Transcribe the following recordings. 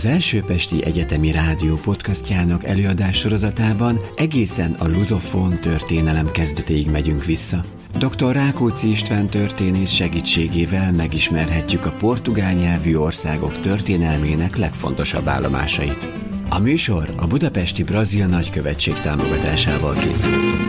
Az első Pesti Egyetemi Rádió podcastjának előadássorozatában egészen a luzofón történelem kezdetéig megyünk vissza. Dr. Rákóczi István történész segítségével megismerhetjük a portugál nyelvű országok történelmének legfontosabb állomásait. A műsor a Budapesti Brazil Nagykövetség támogatásával készült.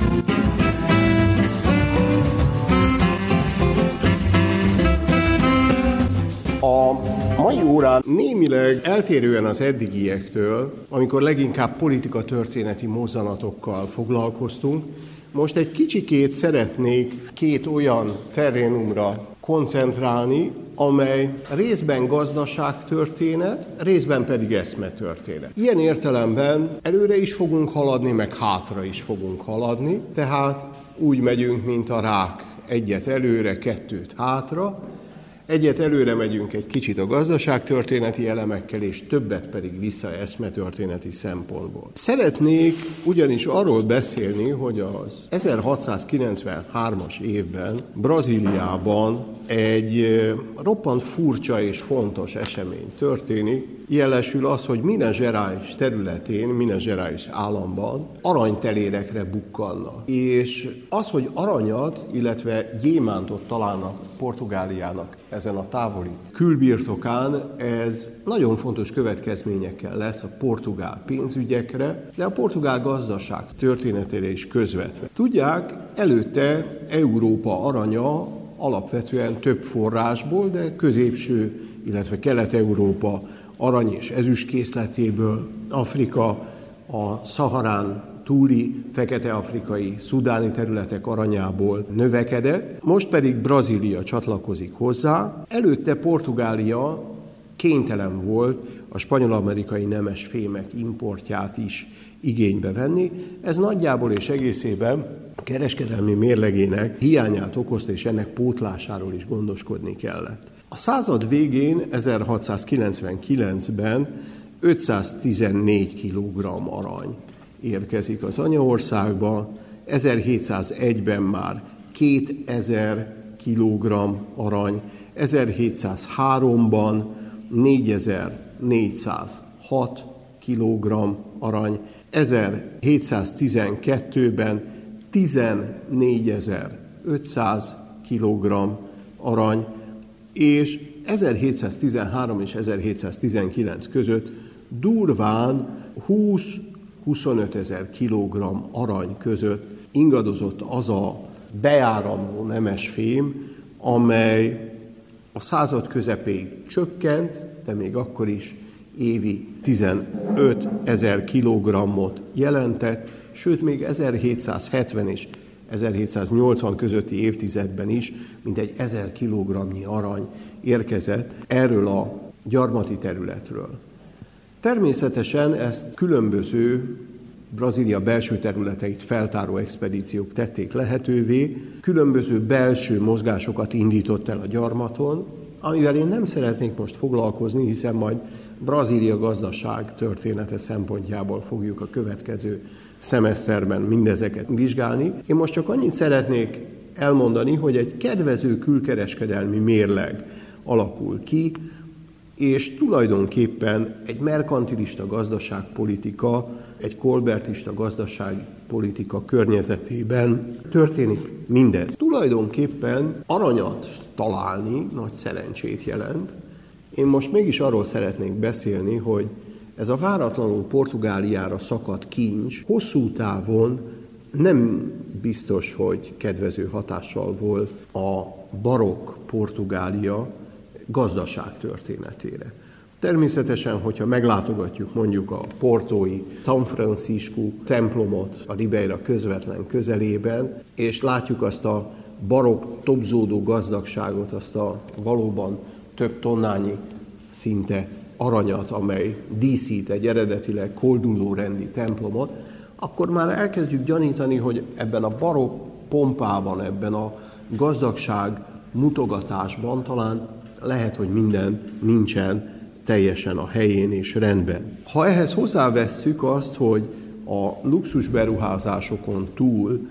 A mai órán némileg eltérően az eddigiektől, amikor leginkább politikatörténeti mozzanatokkal foglalkoztunk, most egy kicsikét szeretnék két olyan terrénumra koncentrálni, amely részben gazdaságtörténet, részben pedig eszmetörténet. Ilyen értelemben előre is fogunk haladni, meg hátra is fogunk haladni, tehát úgy megyünk, mint a rák, egyet előre, kettőt hátra. Egyet előre megyünk egy kicsit a gazdaságtörténeti elemekkel, és többet pedig vissza eszmetörténeti szempontból. Szeretnék ugyanis arról beszélni, hogy az 1693-as évben Brazíliában egy roppant furcsa és fontos esemény történik, jelesül az, hogy Minas Gerais területén, Minas Gerais államban aranytelérekre bukkannak. És az, hogy aranyat, illetve gyémántot találnak Portugáliának ezen a távoli külbirtokán, ez nagyon fontos következményekkel lesz a portugál pénzügyekre, de a portugál gazdaság történetére is közvetve. Tudják, előtte Európa aranya alapvetően több forrásból, de középső, illetve Kelet-Európa arany- és ezüstkészletéből, Afrika a Szaharán túli, fekete-afrikai, szudáni területek aranyából növekedett, most pedig Brazília csatlakozik hozzá. Előtte Portugália kénytelen volt a spanyol-amerikai nemes fémek importját is igénybe venni. Ez nagyjából és egészében kereskedelmi mérlegének hiányát okozta, és ennek pótlásáról is gondoskodni kellett. A század végén, 1699-ben 514 kg arany érkezik az anyaországba, 1701-ben már 2000 kg arany, 1703-ban 4406 kg arany, 1712-ben 14500 kg arany, és 1713 és 1719 között durván 20-25 ezer kilogramm arany között ingadozott az a beáramló nemesfém, amely a század közepéig csökkent, de még akkor is évi 15 ezer kilogrammot jelentett, sőt még 1770 és 1780 közötti évtizedben is mintegy 1000 kilogramnyi arany érkezett erről a gyarmati területről. Természetesen ezt különböző Brazília belső területeit feltáró expedíciók tették lehetővé, különböző belső mozgásokat indított el a gyarmaton, amivel én nem szeretnék most foglalkozni, hiszen majd Brazília gazdaság története szempontjából fogjuk a következő szemeszterben mindezeket vizsgálni. Én most csak annyit szeretnék elmondani, hogy egy kedvező külkereskedelmi mérleg alakul ki, és tulajdonképpen egy merkantilista gazdaságpolitika, egy kolbertista gazdaságpolitika környezetében történik mindez. Tulajdonképpen aranyat találni nagy szerencsét jelent. Én most mégis arról szeretnék beszélni, hogy ez a váratlanul Portugáliára szakadt kincs hosszú távon nem biztos, hogy kedvező hatással volt a barokk Portugália gazdaság történetére. Természetesen, hogyha meglátogatjuk mondjuk a portói São Francisco templomot a Ribeira közvetlen közelében, és látjuk azt a barokk tobzódó gazdagságot, azt a valóban több tonnányi szinte aranyat, amely díszít egy eredetileg kolduló rendi templomot, akkor már elkezdjük gyanítani, hogy ebben a barokk pompában, ebben a gazdagság mutogatásban talán lehet, hogy minden nincsen teljesen a helyén és rendben. Ha ehhez hozzávesszük azt, hogy a luxus beruházásokon túl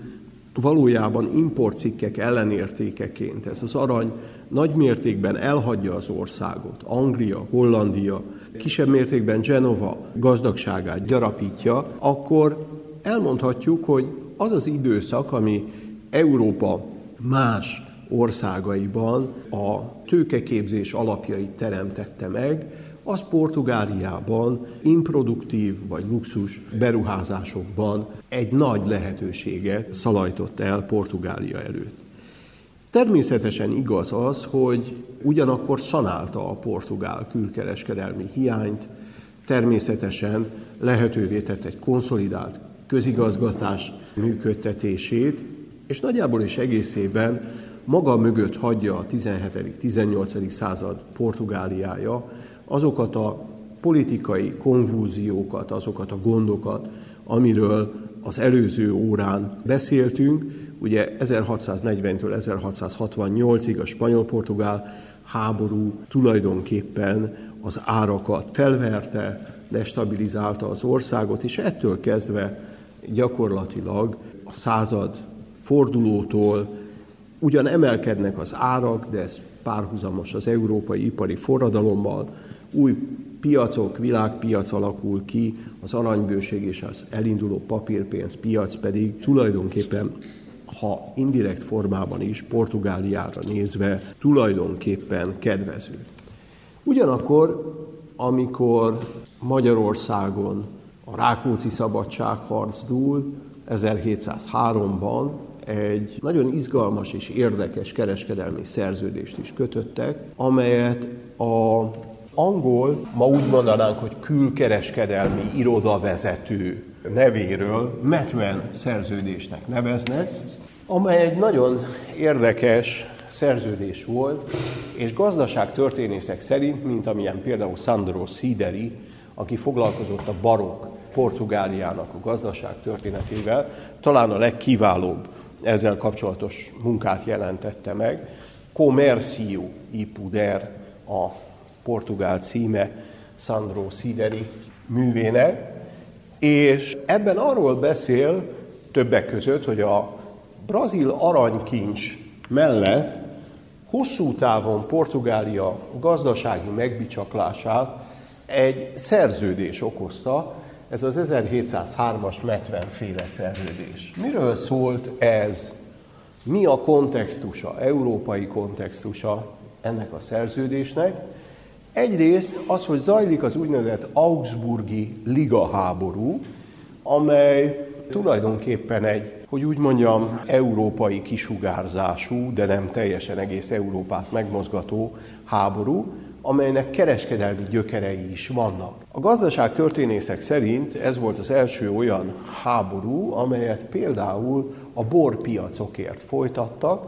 valójában importcikkek ellenértékeként ez az arany nagy mértékben elhagyja az országot, Anglia, Hollandia, kisebb mértékben Genova gazdagságát gyarapítja, akkor elmondhatjuk, hogy az az időszak, ami Európa más országaiban a tőkeképzés alapjait teremtette meg, az Portugáliában improduktív vagy luxus beruházásokban egy nagy lehetőséget szalajtott el Portugália előtt. Természetesen igaz az, hogy ugyanakkor szanálta a portugál külkereskedelmi hiányt, természetesen lehetővé tett egy konszolidált közigazgatás működtetését, és nagyjából és egészében maga mögött hagyja a 17.-18. század Portugáliája azokat a politikai konvulziókat, azokat a gondokat, amiről az előző órán beszéltünk. Ugye 1640-től 1668-ig a spanyol-portugál háború tulajdonképpen az árakat felverte, destabilizálta az országot, és ettől kezdve gyakorlatilag a század fordulótól ugyan emelkednek az árak, de ez párhuzamos az európai ipari forradalommal, új piacok, világpiac alakul ki, az aranybőség és az elinduló papírpénz piac pedig tulajdonképpen, ha indirekt formában is Portugáliára nézve, tulajdonképpen kedvező. Ugyanakkor, amikor Magyarországon a Rákóczi szabadságharc dúl 1703-ban, egy nagyon izgalmas és érdekes kereskedelmi szerződést is kötöttek, amelyet az angol, ma úgy mondanánk, hogy külkereskedelmi irodavezető nevéről Methven szerződésnek neveznek, amely egy nagyon érdekes szerződés volt, és gazdaságtörténészek szerint, mint amilyen például Sandro Sideri, aki foglalkozott a barokk Portugáliának a gazdaságtörténetével, talán a legkiválóbb ezzel kapcsolatos munkát jelentette meg. Comércio y Poder a portugál címe Sandro Sideri művének, és ebben arról beszél többek között, hogy a brazil aranykincs mellett hosszú távon Portugália gazdasági megbicsaklását egy szerződés okozta, ez az 1703-as Methven-féle szerződés. Miről szólt ez? Mi a kontextusa, európai kontextusa ennek a szerződésnek? Egyrészt az, hogy zajlik az úgynevezett Augsburgi Liga háború, amely tulajdonképpen egy, hogy úgy mondjam, európai kisugárzású, de nem teljesen egész Európát megmozgató háború, amelynek kereskedelmi gyökerei is vannak. A gazdaságtörténészek szerint ez volt az első olyan háború, amelyet például a borpiacokért folytattak,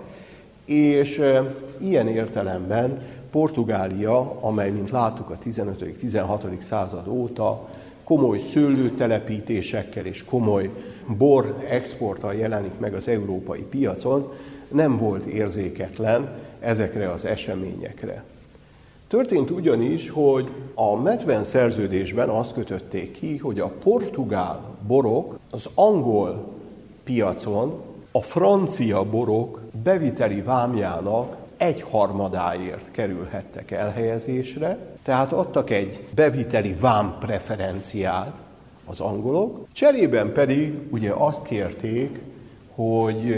és ilyen értelemben Portugália, amely, mint láttuk, a 15.-16. század óta komoly szőlőtelepítésekkel és komoly bor exporttal jelenik meg az európai piacon, nem volt érzéketlen ezekre az eseményekre. Történt ugyanis, hogy a Methven szerződésben azt kötötték ki, hogy a portugál borok az angol piacon a francia borok beviteli vámjának 1/3 kerülhettek elhelyezésre, tehát adtak egy beviteli vámpreferenciát az angolok, cserében pedig ugye azt kérték, hogy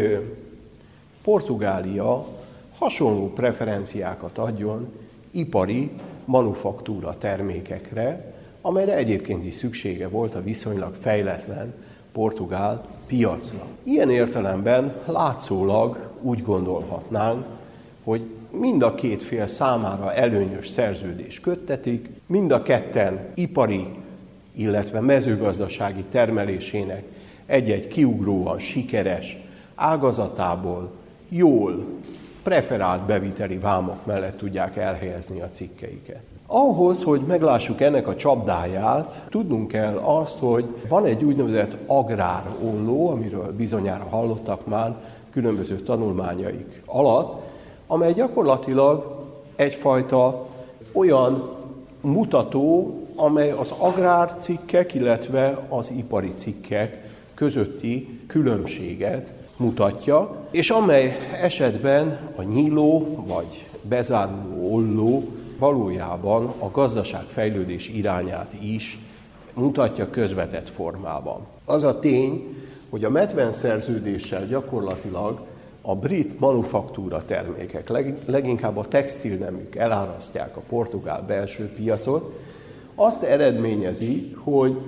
Portugália hasonló preferenciákat adjon ipari manufaktúra termékekre, amelyre egyébként is szüksége volt a viszonylag fejletlen portugál piacnak. Ilyen értelemben látszólag úgy gondolhatnánk, hogy mind a két fél számára előnyös szerződés köttetik, mind a ketten ipari, illetve mezőgazdasági termelésének egy-egy kiugróan sikeres ágazatából jól preferált beviteli vámok mellett tudják elhelyezni a cikkeiket. Ahhoz, hogy meglássuk ennek a csapdáját, tudnunk kell azt, hogy van egy úgynevezett agrárolló, amiről bizonyára hallottak már különböző tanulmányaik alatt, amely gyakorlatilag egyfajta olyan mutató, amely az agrárcikkek, illetve az ipari cikkek közötti különbséget mutatja, és amely esetben a nyíló vagy bezáruló olló valójában a gazdaságfejlődés irányát is mutatja közvetett formában. Az a tény, hogy a Methven szerződéssel gyakorlatilag a brit manufaktúra termékek, leginkább a textilneműk elárasztják a portugál belső piacot, azt eredményezi, hogy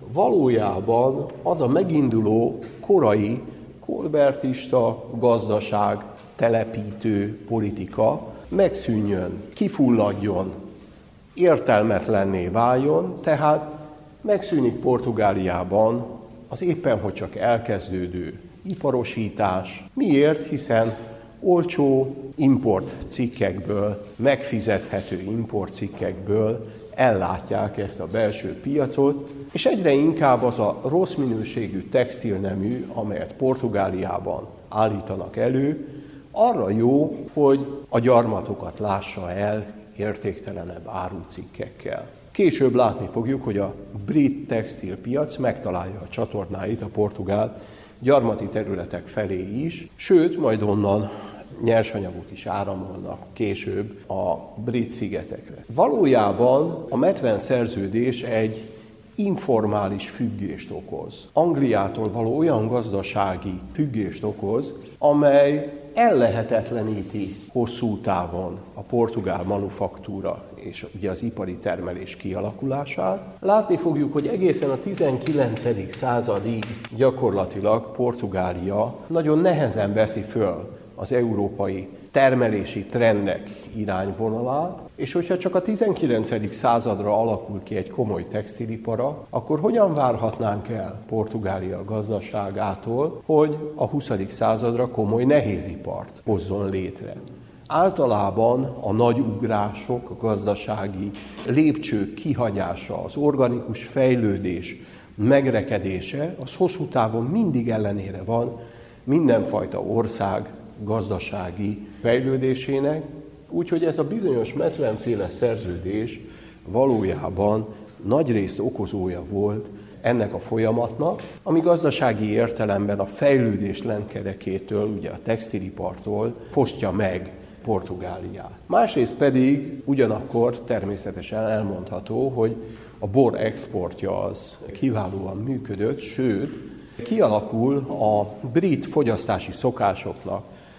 valójában az a meginduló korai kolbertista gazdaság, telepítő politika megszűnjön, kifulladjon, értelmetlenné váljon, tehát megszűnik Portugáliában az éppen hogy csak elkezdődő iparosítás. Miért? Hiszen olcsó importcikkekből, megfizethető importcikkekből ellátják ezt a belső piacot, és egyre inkább az a rossz minőségű textilnemű, amelyet Portugáliában állítanak elő, arra jó, hogy a gyarmatokat lássa el értéktelenebb árucikkekkel. Később látni fogjuk, hogy a brit textilpiac megtalálja a csatornáit a portugál gyarmati területek felé is, sőt, majd onnan nyersanyagok is áramolnak később a brit szigetekre. Valójában a Methven szerződés egy informális függést okoz. Angliától való olyan gazdasági függést okoz, amely ellehetetleníti hosszú távon a portugál manufaktúra és ugye az ipari termelés kialakulását. Látni fogjuk, hogy egészen a 19. századig gyakorlatilag Portugália nagyon nehezen veszi föl az európai termelési trendek irányvonalát, és hogyha csak a 19. századra alakul ki egy komoly textilipara, akkor hogyan várhatnánk el Portugália gazdaságától, hogy a 20. századra komoly nehézipart hozzon létre? Általában a nagy ugrások, a gazdasági lépcsők kihagyása, az organikus fejlődés megrekedése, az hosszú távon mindig ellenére van mindenfajta ország gazdasági fejlődésének, úgyhogy ez a bizonyos Methven-féle szerződés valójában nagyrészt okozója volt ennek a folyamatnak, ami gazdasági értelemben a fejlődés lendkerekétől, ugye a textilipartól fosztja meg Portugáliát. Másrészt pedig ugyanakkor természetesen elmondható, hogy a bor exportja az kiválóan működött, sőt, kialakul a brit fogyasztási szokásoknak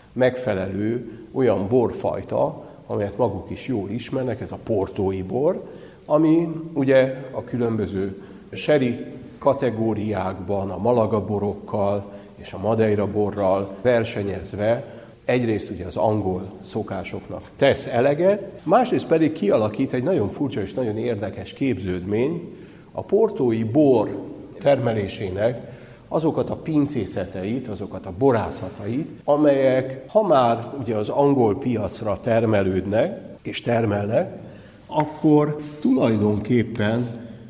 megfelelő olyan borfajta, amelyet maguk is jól ismernek, ez a portói bor, ami ugye a különböző sherry kategóriákban a Malaga borokkal és a Madeira borral versenyezve egyrészt ugye az angol szokásoknak tesz eleget, másrészt pedig kialakít egy nagyon furcsa és nagyon érdekes képződmény a portói bor termelésének azokat a pincészeteit, azokat a borászatait, amelyek ha már ugye az angol piacra termelődnek és termelnek, akkor tulajdonképpen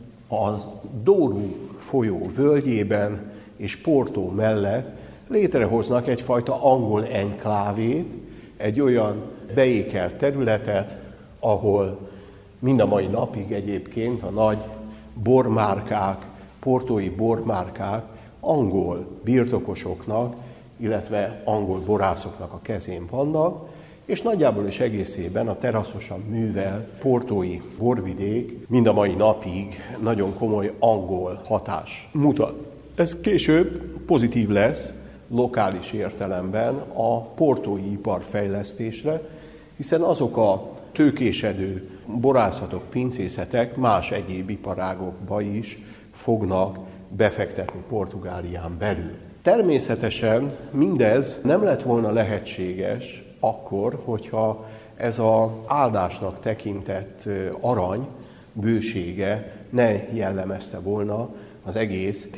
a Douro folyó völgyében és Porto mellett létrehoznak egyfajta angol enklávét, egy olyan beékelt területet, ahol mind a mai napig egyébként a nagy bormárkák, portói bormárkák angol birtokosoknak, illetve angol borászoknak a kezén vannak, és nagyjából is egészében a teraszosan művelt portói borvidék mind a mai napig nagyon komoly angol hatás mutat. Ez később pozitív lesz lokális értelemben a portói iparfejlesztésre, hiszen azok a tőkésedő borászatok, pincészetek más egyéb iparágokba is fognak befektetni Portugálián belül. Természetesen mindez nem lett volna lehetséges akkor, hogyha ez az áldásnak tekintett arany bősége ne jellemezte volna az egész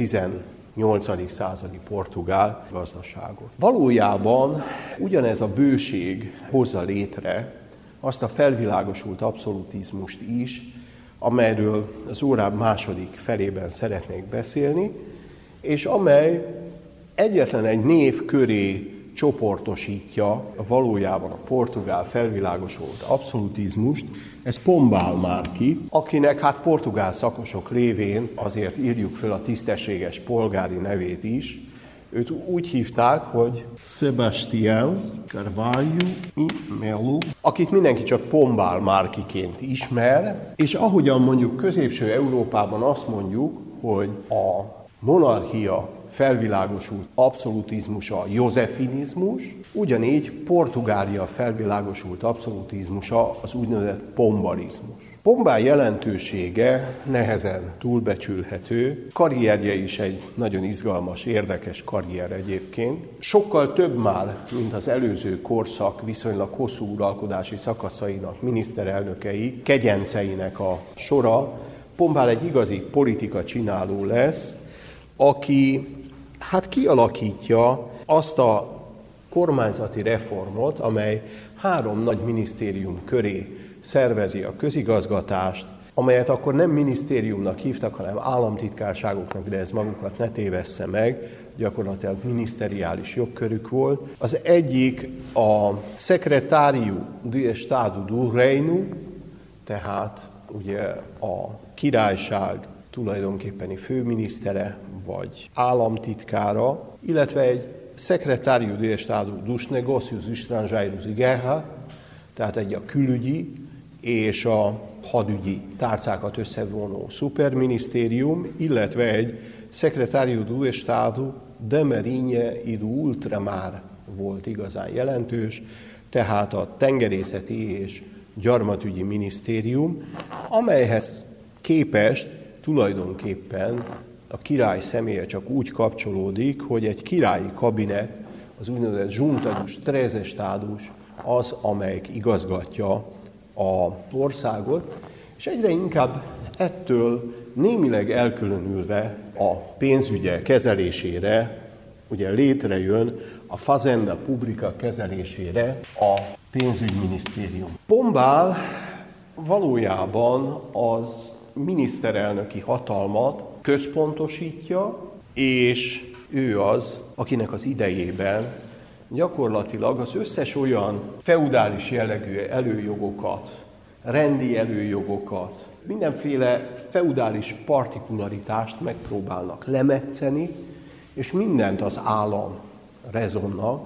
18. századi portugál gazdaságot. Valójában ugyanez a bőség hozza létre azt a felvilágosult abszolutizmust is, amelyről az órám második felében szeretnék beszélni, és amely egyetlen egy név köré csoportosítja valójában a portugál felvilágosult abszolutizmust, ez Pombal Marquis, akinek hát portugál szakosok lévén azért írjuk föl a tisztességes polgári nevét is, Őt úgy hívták, hogy Sebastião Carvalho y Melo, akit mindenki csak Pombal Márkiként ismer, és ahogyan mondjuk középső Európában azt mondjuk, hogy a monarchia felvilágosult abszolutizmusa józefinizmus, ugyanígy Portugália felvilágosult abszolutizmusa az úgynevezett pombalizmus. Pombal jelentősége nehezen túlbecsülhető, karrierje is egy nagyon izgalmas, érdekes karrier egyébként. Sokkal több már, mint az előző korszak viszonylag hosszú uralkodási szakaszainak miniszterelnökei, kegyenceinek a sora. Pombal egy igazi politika csináló lesz, aki kialakítja azt a kormányzati reformot, amely 3 nagy minisztérium köré szervezi a közigazgatást, amelyet akkor nem minisztériumnak hívtak, hanem államtitkárságoknak, de ez magukat ne tévessze meg, gyakorlatilag miniszteriális jogkörük volt. Az egyik a Secretario de Estado do Reino, tehát ugye a királyság tulajdonképpeni főminisztere vagy államtitkára, illetve egy Secretario de Estado dos Negócios Estrangeiros e Guerra, tehát egy a külügyi és a hadügyi tárcákat összevonó szuperminisztérium, illetve egy Secretario do Estado de Marinha e do Ultramar volt igazán jelentős, tehát a tengerészeti és gyarmatügyi minisztérium, amelyhez képest tulajdonképpen a király személye csak úgy kapcsolódik, hogy egy királyi kabinet, az úgynevezett Junta dos Três Estados, az, amelyik igazgatja az országot, és egyre inkább ettől némileg elkülönülve a pénzügyek kezelésére, ugye létrejön a Fazenda Pública kezelésére a pénzügyminisztérium. Pombal valójában az miniszterelnöki hatalmat központosítja, és ő az, akinek az idejében gyakorlatilag az összes olyan feudális jellegű előjogokat, rendi előjogokat, mindenféle feudális partikularitást megpróbálnak lemetszeni, és mindent az állam rezonnak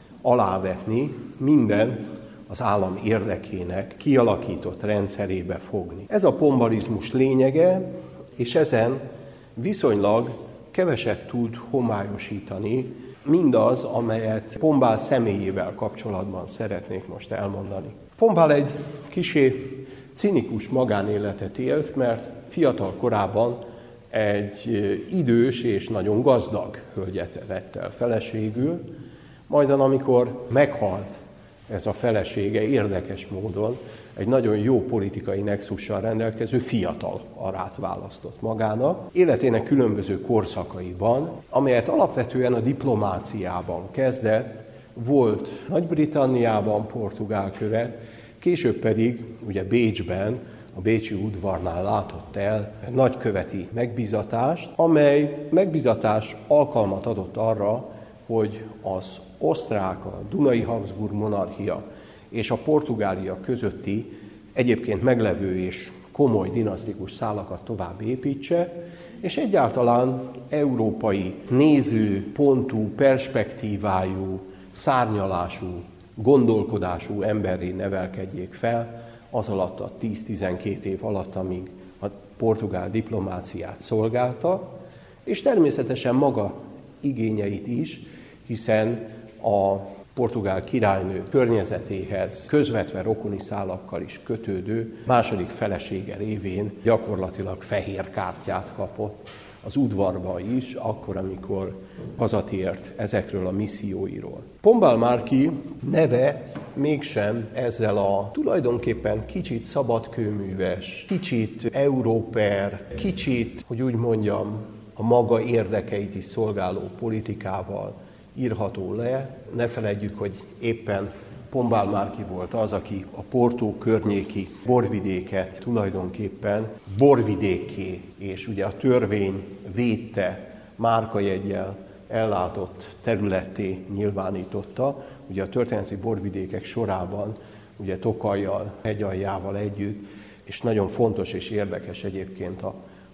alávetni, mindent az állam érdekének kialakított rendszerébe fogni. Ez a pombalizmus lényege, és ezen viszonylag keveset tud homályosítani mindaz, amelyet Pombal személyével kapcsolatban szeretnék most elmondani. Pombal egy kissé cinikus magánéletet élt, mert fiatal korában egy idős és nagyon gazdag hölgyet vett el feleségül, majdan amikor meghalt ez a felesége, érdekes módon egy nagyon jó politikai nexussal rendelkező fiatal arát választott magának. Életének különböző korszakaiban, amelyet alapvetően a diplomáciában kezdett, volt Nagy-Britanniában portugál követ, később pedig ugye Bécsben, a bécsi udvarnál látott el nagyköveti megbízatást, amely megbízatás alkalmat adott arra, hogy az osztrák, a Dunai Habsburg monarchia és a Portugália közötti egyébként meglevő és komoly dinasztikus szálakat tovább építse, és egyáltalán európai nézőpontú, perspektívájú, szárnyalású, gondolkodású emberré nevelkedjék fel az alatt a 10-12 év alatt, amíg a portugál diplomáciát szolgálta, és természetesen maga igényeit is, hiszen a portugál királynő környezetéhez közvetve rokoni szálakkal is kötődő második felesége révén gyakorlatilag fehér kártyát kapott az udvarba is, akkor, amikor hazatért ezekről a misszióiról. Pombal Márki neve mégsem ezzel a tulajdonképpen kicsit szabadkőműves, kicsit európer, kicsit, hogy úgy mondjam, a maga érdekeit is szolgáló politikával írható le. Ne feledjük, hogy éppen Pombal Márki volt az, aki a Porto környéki borvidéket tulajdonképpen borvidékké, és ugye a törvény védte márkajeggyel ellátott területté nyilvánította. Ugye a történeti borvidékek sorában, ugye Tokajjal, hegyaljával együtt, és nagyon fontos és érdekes egyébként a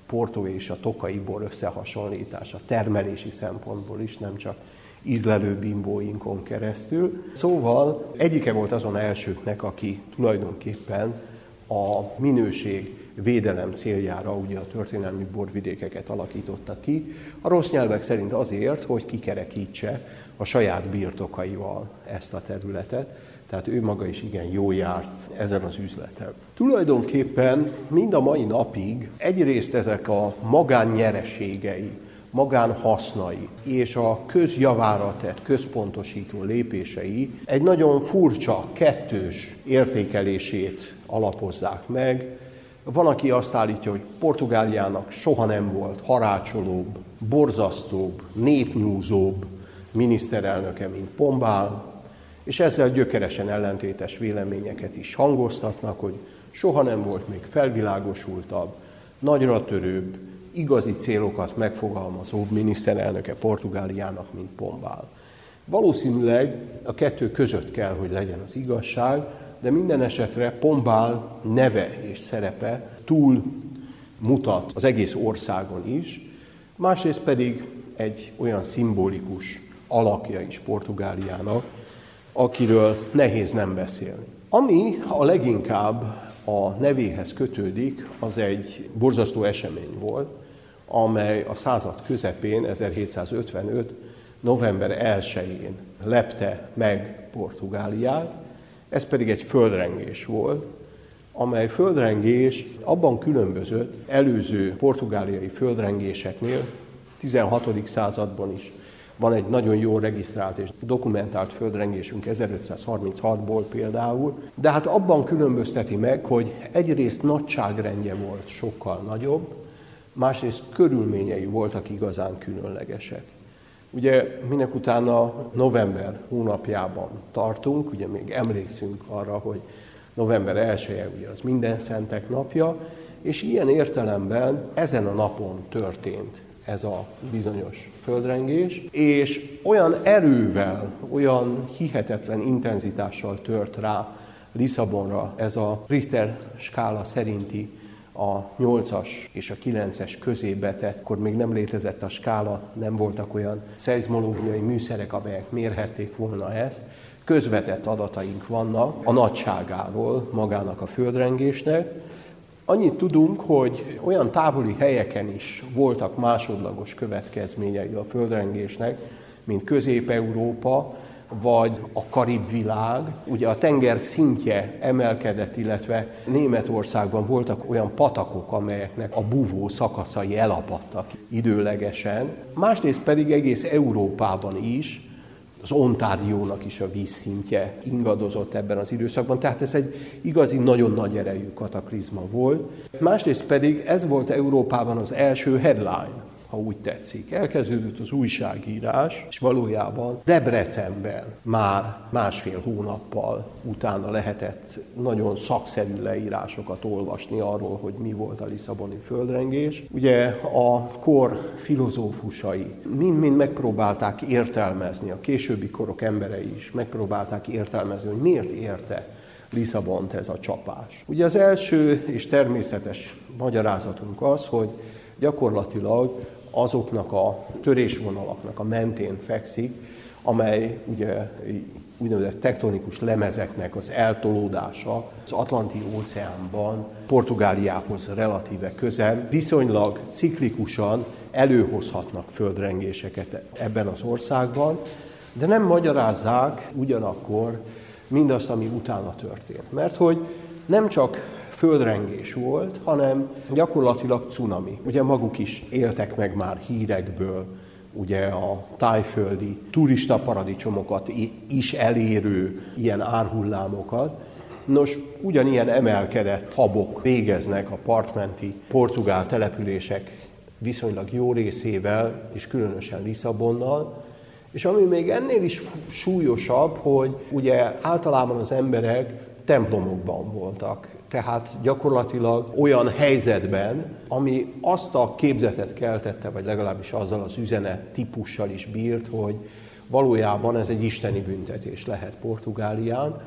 Porto és a tokai bor összehasonlítása termelési szempontból is, nem csak ízlelő bimbóinkon keresztül. Szóval egyike volt azon elsőknek, aki tulajdonképpen a minőség védelem céljára ugye a történelmi borvidékeket alakította ki. A rossz nyelvek szerint azért, hogy kikerekítse a saját birtokaival ezt a területet, tehát ő maga is igen jól járt ezen az üzleten. Tulajdonképpen mind a mai napig egyrészt ezek a magánnyereségei, magánhasznai és a közjavára tett központosító lépései egy nagyon furcsa, kettős értékelését alapozzák meg. Van, aki azt állítja, hogy Portugáliának soha nem volt harácsolóbb, borzasztóbb, népnyúzóbb miniszterelnöke, mint Pombal, és ezzel gyökeresen ellentétes véleményeket is hangoztatnak, hogy soha nem volt még felvilágosultabb, nagyra törőbb, igazi célokat megfogalmazóbb miniszterelnöke Portugáliának, mint Pombal. Valószínűleg a kettő között kell, hogy legyen az igazság, de minden esetre Pombal neve és szerepe túl mutat az egész országon is, másrészt pedig egy olyan szimbolikus alakja is Portugáliának, akiről nehéz nem beszélni. Ami a leginkább a nevéhez kötődik, az egy borzasztó esemény volt, amely a század közepén, 1755. november 1-én lepte meg Portugáliát, ez pedig egy földrengés volt, amely földrengés abban különbözött előző portugáliai földrengéseknél, 16. században is van egy nagyon jól regisztrált és dokumentált földrengésünk 1536-ból például, de hát abban különbözteti meg, hogy egyrészt nagyságrendje volt sokkal nagyobb, másrészt körülményei voltak igazán különlegesek. Ugye minek utána november hónapjában tartunk, ugye még emlékszünk arra, hogy november 1-e ugye az minden szentek napja, és ilyen értelemben ezen a napon történt ez a bizonyos földrengés, és olyan erővel, olyan hihetetlen intenzitással tört rá Lisszabonra ez a Richter skála szerinti a 8-as és a 9-es közébe tett, akkor még nem létezett a skála, nem voltak olyan szeizmológiai műszerek, amelyek mérhették volna ezt. Közvetett adataink vannak a nagyságáról magának a földrengésnek. Annyit tudunk, hogy olyan távoli helyeken is voltak másodlagos következményei a földrengésnek, mint Közép-Európa, vagy a karib világ. Ugye a tenger szintje emelkedett, illetve Németországban voltak olyan patakok, amelyeknek a búvó szakaszai elapadtak időlegesen. Másrészt pedig egész Európában is, az Ontáriónak is a vízszintje ingadozott ebben az időszakban, tehát ez egy igazi nagyon nagy erejű kataklizma volt. Másrészt pedig ez volt Európában az első headline, ha úgy tetszik. Elkezdődött az újságírás, és valójában Debrecenben már másfél hónappal utána lehetett nagyon szakszerű leírásokat olvasni arról, hogy mi volt a lisszaboni földrengés. Ugye a kor filozófusai mind-mind megpróbálták értelmezni, a későbbi korok emberei is megpróbálták értelmezni, hogy miért érte Lisszabont ez a csapás. Ugye az első és természetes magyarázatunk az, hogy gyakorlatilag azoknak a törésvonalaknak a mentén fekszik, amely ugye úgynevezett tektonikus lemezeknek az eltolódása az Atlanti-óceánban Portugáliához relatíve közel, viszonylag ciklikusan előhozhatnak földrengéseket ebben az országban, de nem magyarázzák ugyanakkor mindazt, ami utána történt. Mert hogy nem csak földrengés volt, hanem gyakorlatilag cunami. Ugye maguk is éltek meg már hírekből, ugye a tájföldi turista paradicsomokat is elérő ilyen árhullámokat. Nos, ugyanilyen emelkedett habok végeznek a partmenti portugál települések viszonylag jó részével, és különösen Lisszabonnal, és ami még ennél is súlyosabb, hogy ugye általában az emberek templomokban voltak. Tehát gyakorlatilag olyan helyzetben, ami azt a képzetet keltette, vagy legalábbis azzal az üzenet típussal is bírt, hogy valójában ez egy isteni büntetés lehet Portugálián,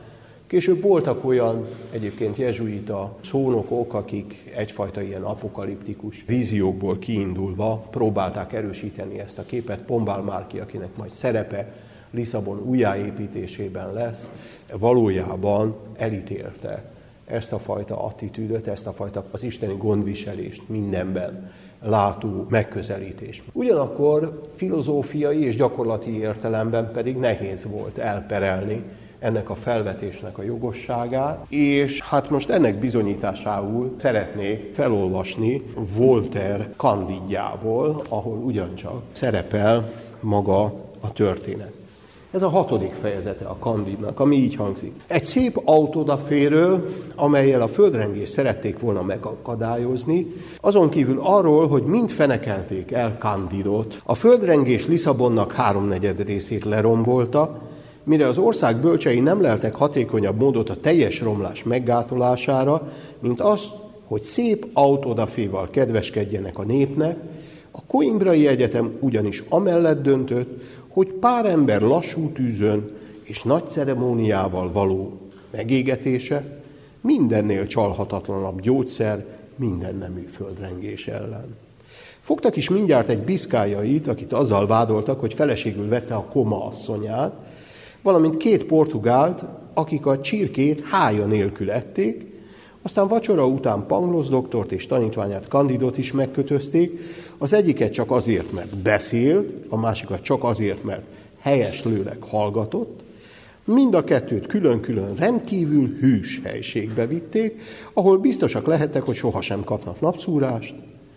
Később voltak olyan egyébként jezsuita szónokok, akik egyfajta ilyen apokaliptikus víziókból kiindulva próbálták erősíteni ezt a képet. Pombál Márki, akinek majd szerepe Lisszabon újjáépítésében lesz, valójában elítélte ezt a fajta attitűdöt, ezt a fajta az isteni gondviselést mindenben látó megközelítés. Ugyanakkor filozófiai és gyakorlati értelemben pedig nehéz volt elperelni ennek a felvetésnek a jogosságát, és hát most ennek bizonyításául szeretnék felolvasni Voltaire Candide-jából, ahol ugyancsak szerepel maga a történet. Ez a 6. fejezete a Candide-nak, ami így hangzik. Egy szép autodaféről, amellyel a földrengést szerették volna megakadályozni, azon kívül arról, hogy mind fenekelték el Candidot, a földrengés Lisszabonnak 3/4 részét lerombolta, mire az ország bölcsei nem leltek hatékonyabb módot a teljes romlás meggátolására, mint az, hogy szép autodaféval kedveskedjenek a népnek. A Coimbrai Egyetem ugyanis amellett döntött, hogy pár ember lassú tűzön és nagy ceremóniával való megégetése mindennél csalhatatlanabb gyógyszer minden nemű földrengés ellen. Fogtak is mindjárt egy biszkájait, akit azzal vádoltak, hogy feleségül vette a Koma asszonyát, valamint 2 portugált, akik a csirkét hája nélkül ették, aztán vacsora után Pangloss doktort és tanítványát Candidot is megkötözték, az egyiket csak azért, mert beszélt, a másikat csak azért, mert helyeslőleg hallgatott, mind a 2-t külön-külön rendkívül hűs helységbe vitték, ahol biztosak lehettek, hogy sohasem kapnak napszúrást.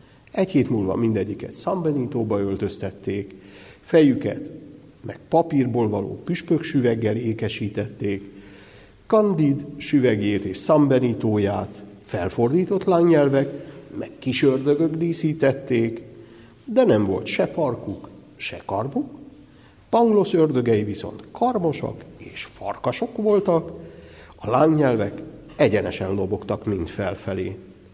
1 hét múlva mindegyiket San Benitóba öltöztették, fejüket meg papírból való püspöksüveggel ékesítették, Candide süvegjét és San Benitóját felfordított lángnyelvek, meg kisördögök díszítették, de nem volt se farkuk, se karmuk. Pangloss ördögei viszont karmosak és farkasok voltak, a lángnyelvek egyenesen lobogtak mind felfelé.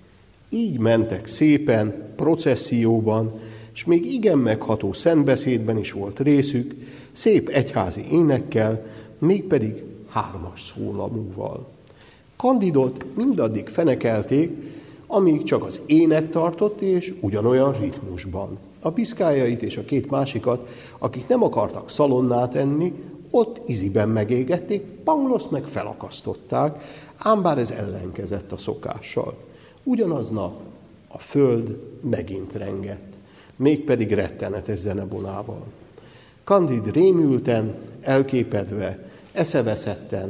Így mentek szépen, processzióban, és még igen megható szentbeszédben is volt részük, szép egyházi énekkel, mégpedig 3 szólamúval. Candidot mindaddig fenekelték, amíg csak az ének tartott, és ugyanolyan ritmusban. A biszkájait és a 2 másikat, akik nem akartak szalonnát enni, ott iziben megégették, Pangloszt meg felakasztották, ám bár ez ellenkezett a szokással. Ugyanaznap a föld megint rengett, mégpedig rettenetes zenebonával. Candide rémülten, elképedve, eszeveszetten,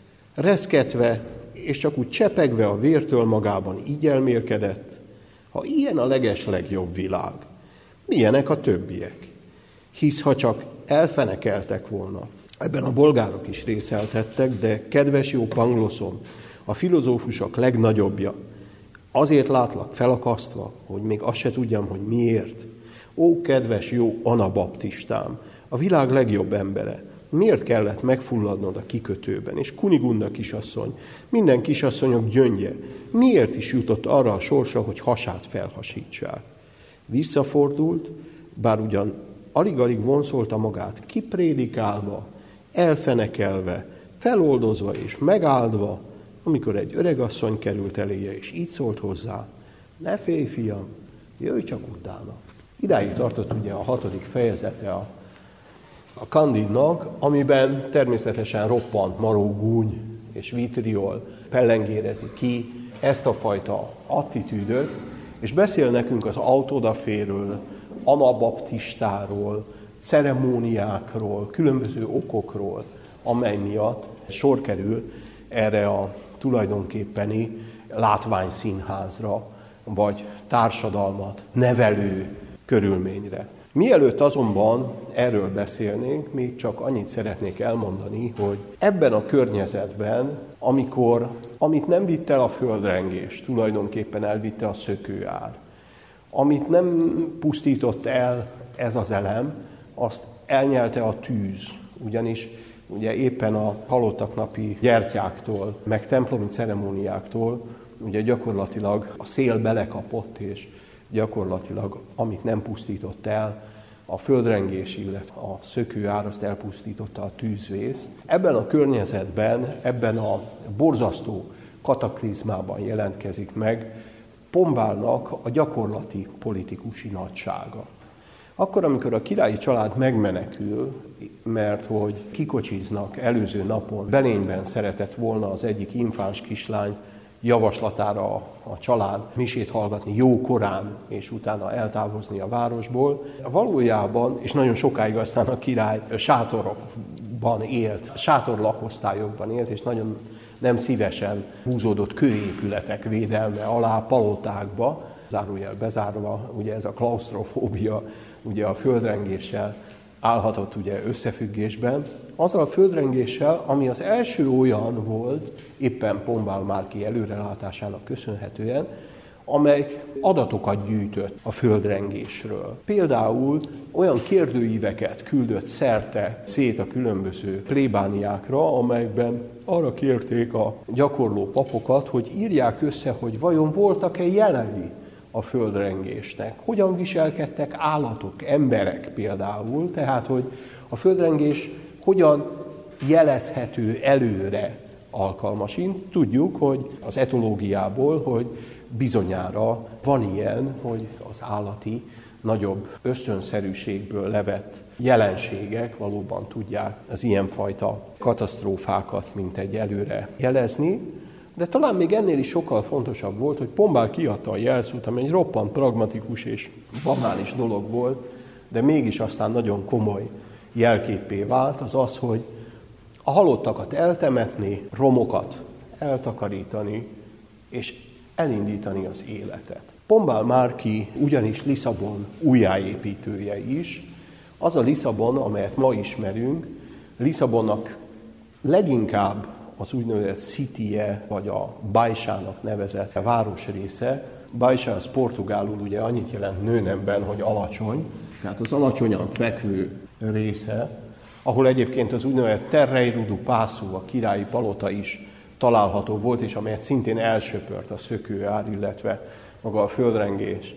reszketve, és csak úgy csepegve a vértől magában így elmélkedett: ha ilyen a legeslegjobb világ, milyenek a többiek? Hisz ha csak elfenekeltek volna. Ebben a bolgárok is részeltettek, de kedves jó Panglosszom, a filozófusok legnagyobbja, azért látlak felakasztva, hogy még azt se tudjam, hogy miért. Ó, kedves jó Anabaptistám, a világ legjobb embere, miért kellett megfulladnod a kikötőben? És Kunigunda kisasszony, minden kisasszonyok gyöngye, miért is jutott arra a sorsra, hogy hasát felhasítsák? Visszafordult, bár ugyan alig-alig vonszolta magát, kiprédikálva, elfenekelve, feloldozva és megáldva, amikor egy öregasszony került eléje, és így szólt hozzá: ne félj, fiam, jöjj csak utána. Idáig tartott ugye a 6. fejezete a Candide-nak, amiben természetesen roppant marógúny és vitriol pellengérezi ki ezt a fajta attitűdöt, és beszél nekünk az autodaféről, anabaptistáról, ceremóniákról, különböző okokról, amely miatt sor kerül erre a tulajdonképpeni látványszínházra, vagy társadalmat nevelő körülményre. Mielőtt azonban erről beszélnénk, még csak annyit szeretnék elmondani, hogy ebben a környezetben, amit nem vitt el a földrengés, tulajdonképpen elvitte a szökőár, amit nem pusztított el ez az elem, azt elnyelte a tűz, ugyanis ugye éppen a halottak napi gyertyáktól, meg templomi ceremóniáktól ugye gyakorlatilag a szél belekapott, és gyakorlatilag amit nem pusztított el, a földrengés, illetve a szökőáraszt elpusztította a tűzvész. Ebben a környezetben, ebben a borzasztó kataklizmában jelentkezik meg Pombálnak a gyakorlati politikusi nagysága. Akkor, amikor a királyi család megmenekül, mert hogy kikocsiznak előző napon, Belényben szeretett volna az egyik infáns kislány javaslatára a család misét hallgatni jó korán, és utána eltávozni a városból. Valójában, és nagyon sokáig aztán a király sátorokban élt, sátorlakosztályokban élt, és nagyon nem szívesen húzódott kőépületek védelme alá, palotákba, zárójel bezárva, ugye ez a klausztrofóbia, ugye a földrengéssel állhatott ugye összefüggésben, azzal a földrengéssel, ami az első olyan volt, éppen Pombál Márki előrelátásának köszönhetően, amely adatokat gyűjtött a földrengésről. Például olyan kérdőíveket küldött szét a különböző plébániákra, amelyekben arra kérték a gyakorló papokat, hogy írják össze, hogy vajon voltak-e jelei a földrengésnek. Hogyan viselkedtek állatok, emberek például, tehát hogy a földrengés hogyan jelezhető előre alkalmasint. Tudjuk, hogy az etológiából, hogy bizonyára van ilyen, hogy az állati nagyobb ösztönszerűségből levett jelenségek valóban tudják az ilyenfajta katasztrófákat mint egy előre jelezni, de talán még ennél is sokkal fontosabb volt, hogy Pombál kiadta a jelszót, ami egy roppant pragmatikus és banális dolog volt, de mégis aztán nagyon komoly jelképpé vált, az az, hogy a halottakat eltemetni, romokat eltakarítani, és elindítani az életet. Pombál Márki ugyanis Lisszabon újjáépítője is. Az a Lisszabon, amelyet ma ismerünk, Lisszabonnak leginkább az úgynevezett City-je, vagy a Baixának nevezett városrésze. Baixa az portugálul ugye annyit jelent nőnemben, hogy alacsony, tehát az alacsonyan fekvő része, ahol egyébként az úgynevezett Terreiro do Passo, a királyi palota is található volt, és amelyet szintén elsöpört a szökőár, illetve maga a földrengés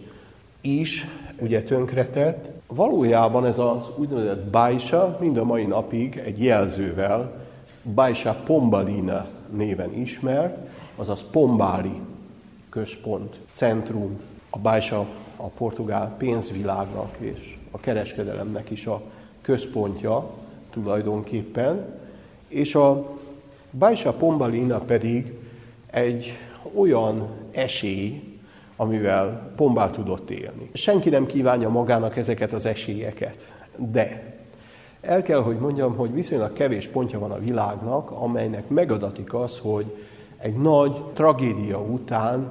is ugye tönkretett. Valójában ez az úgynevezett Baixa mind a mai napig egy jelzővel, Baixa Pombalina néven ismert, azaz pombáli központ, centrum, a Baixa a portugál pénzvilágnak és a kereskedelemnek is a központja tulajdonképpen, és a Baixa Pombalina pedig egy olyan esély, amivel Pombál tudott élni. Senki nem kívánja magának ezeket az esélyeket, de el kell, hogy mondjam, hogy viszonylag kevés pontja van a világnak, amelynek megadatik az, hogy egy nagy tragédia után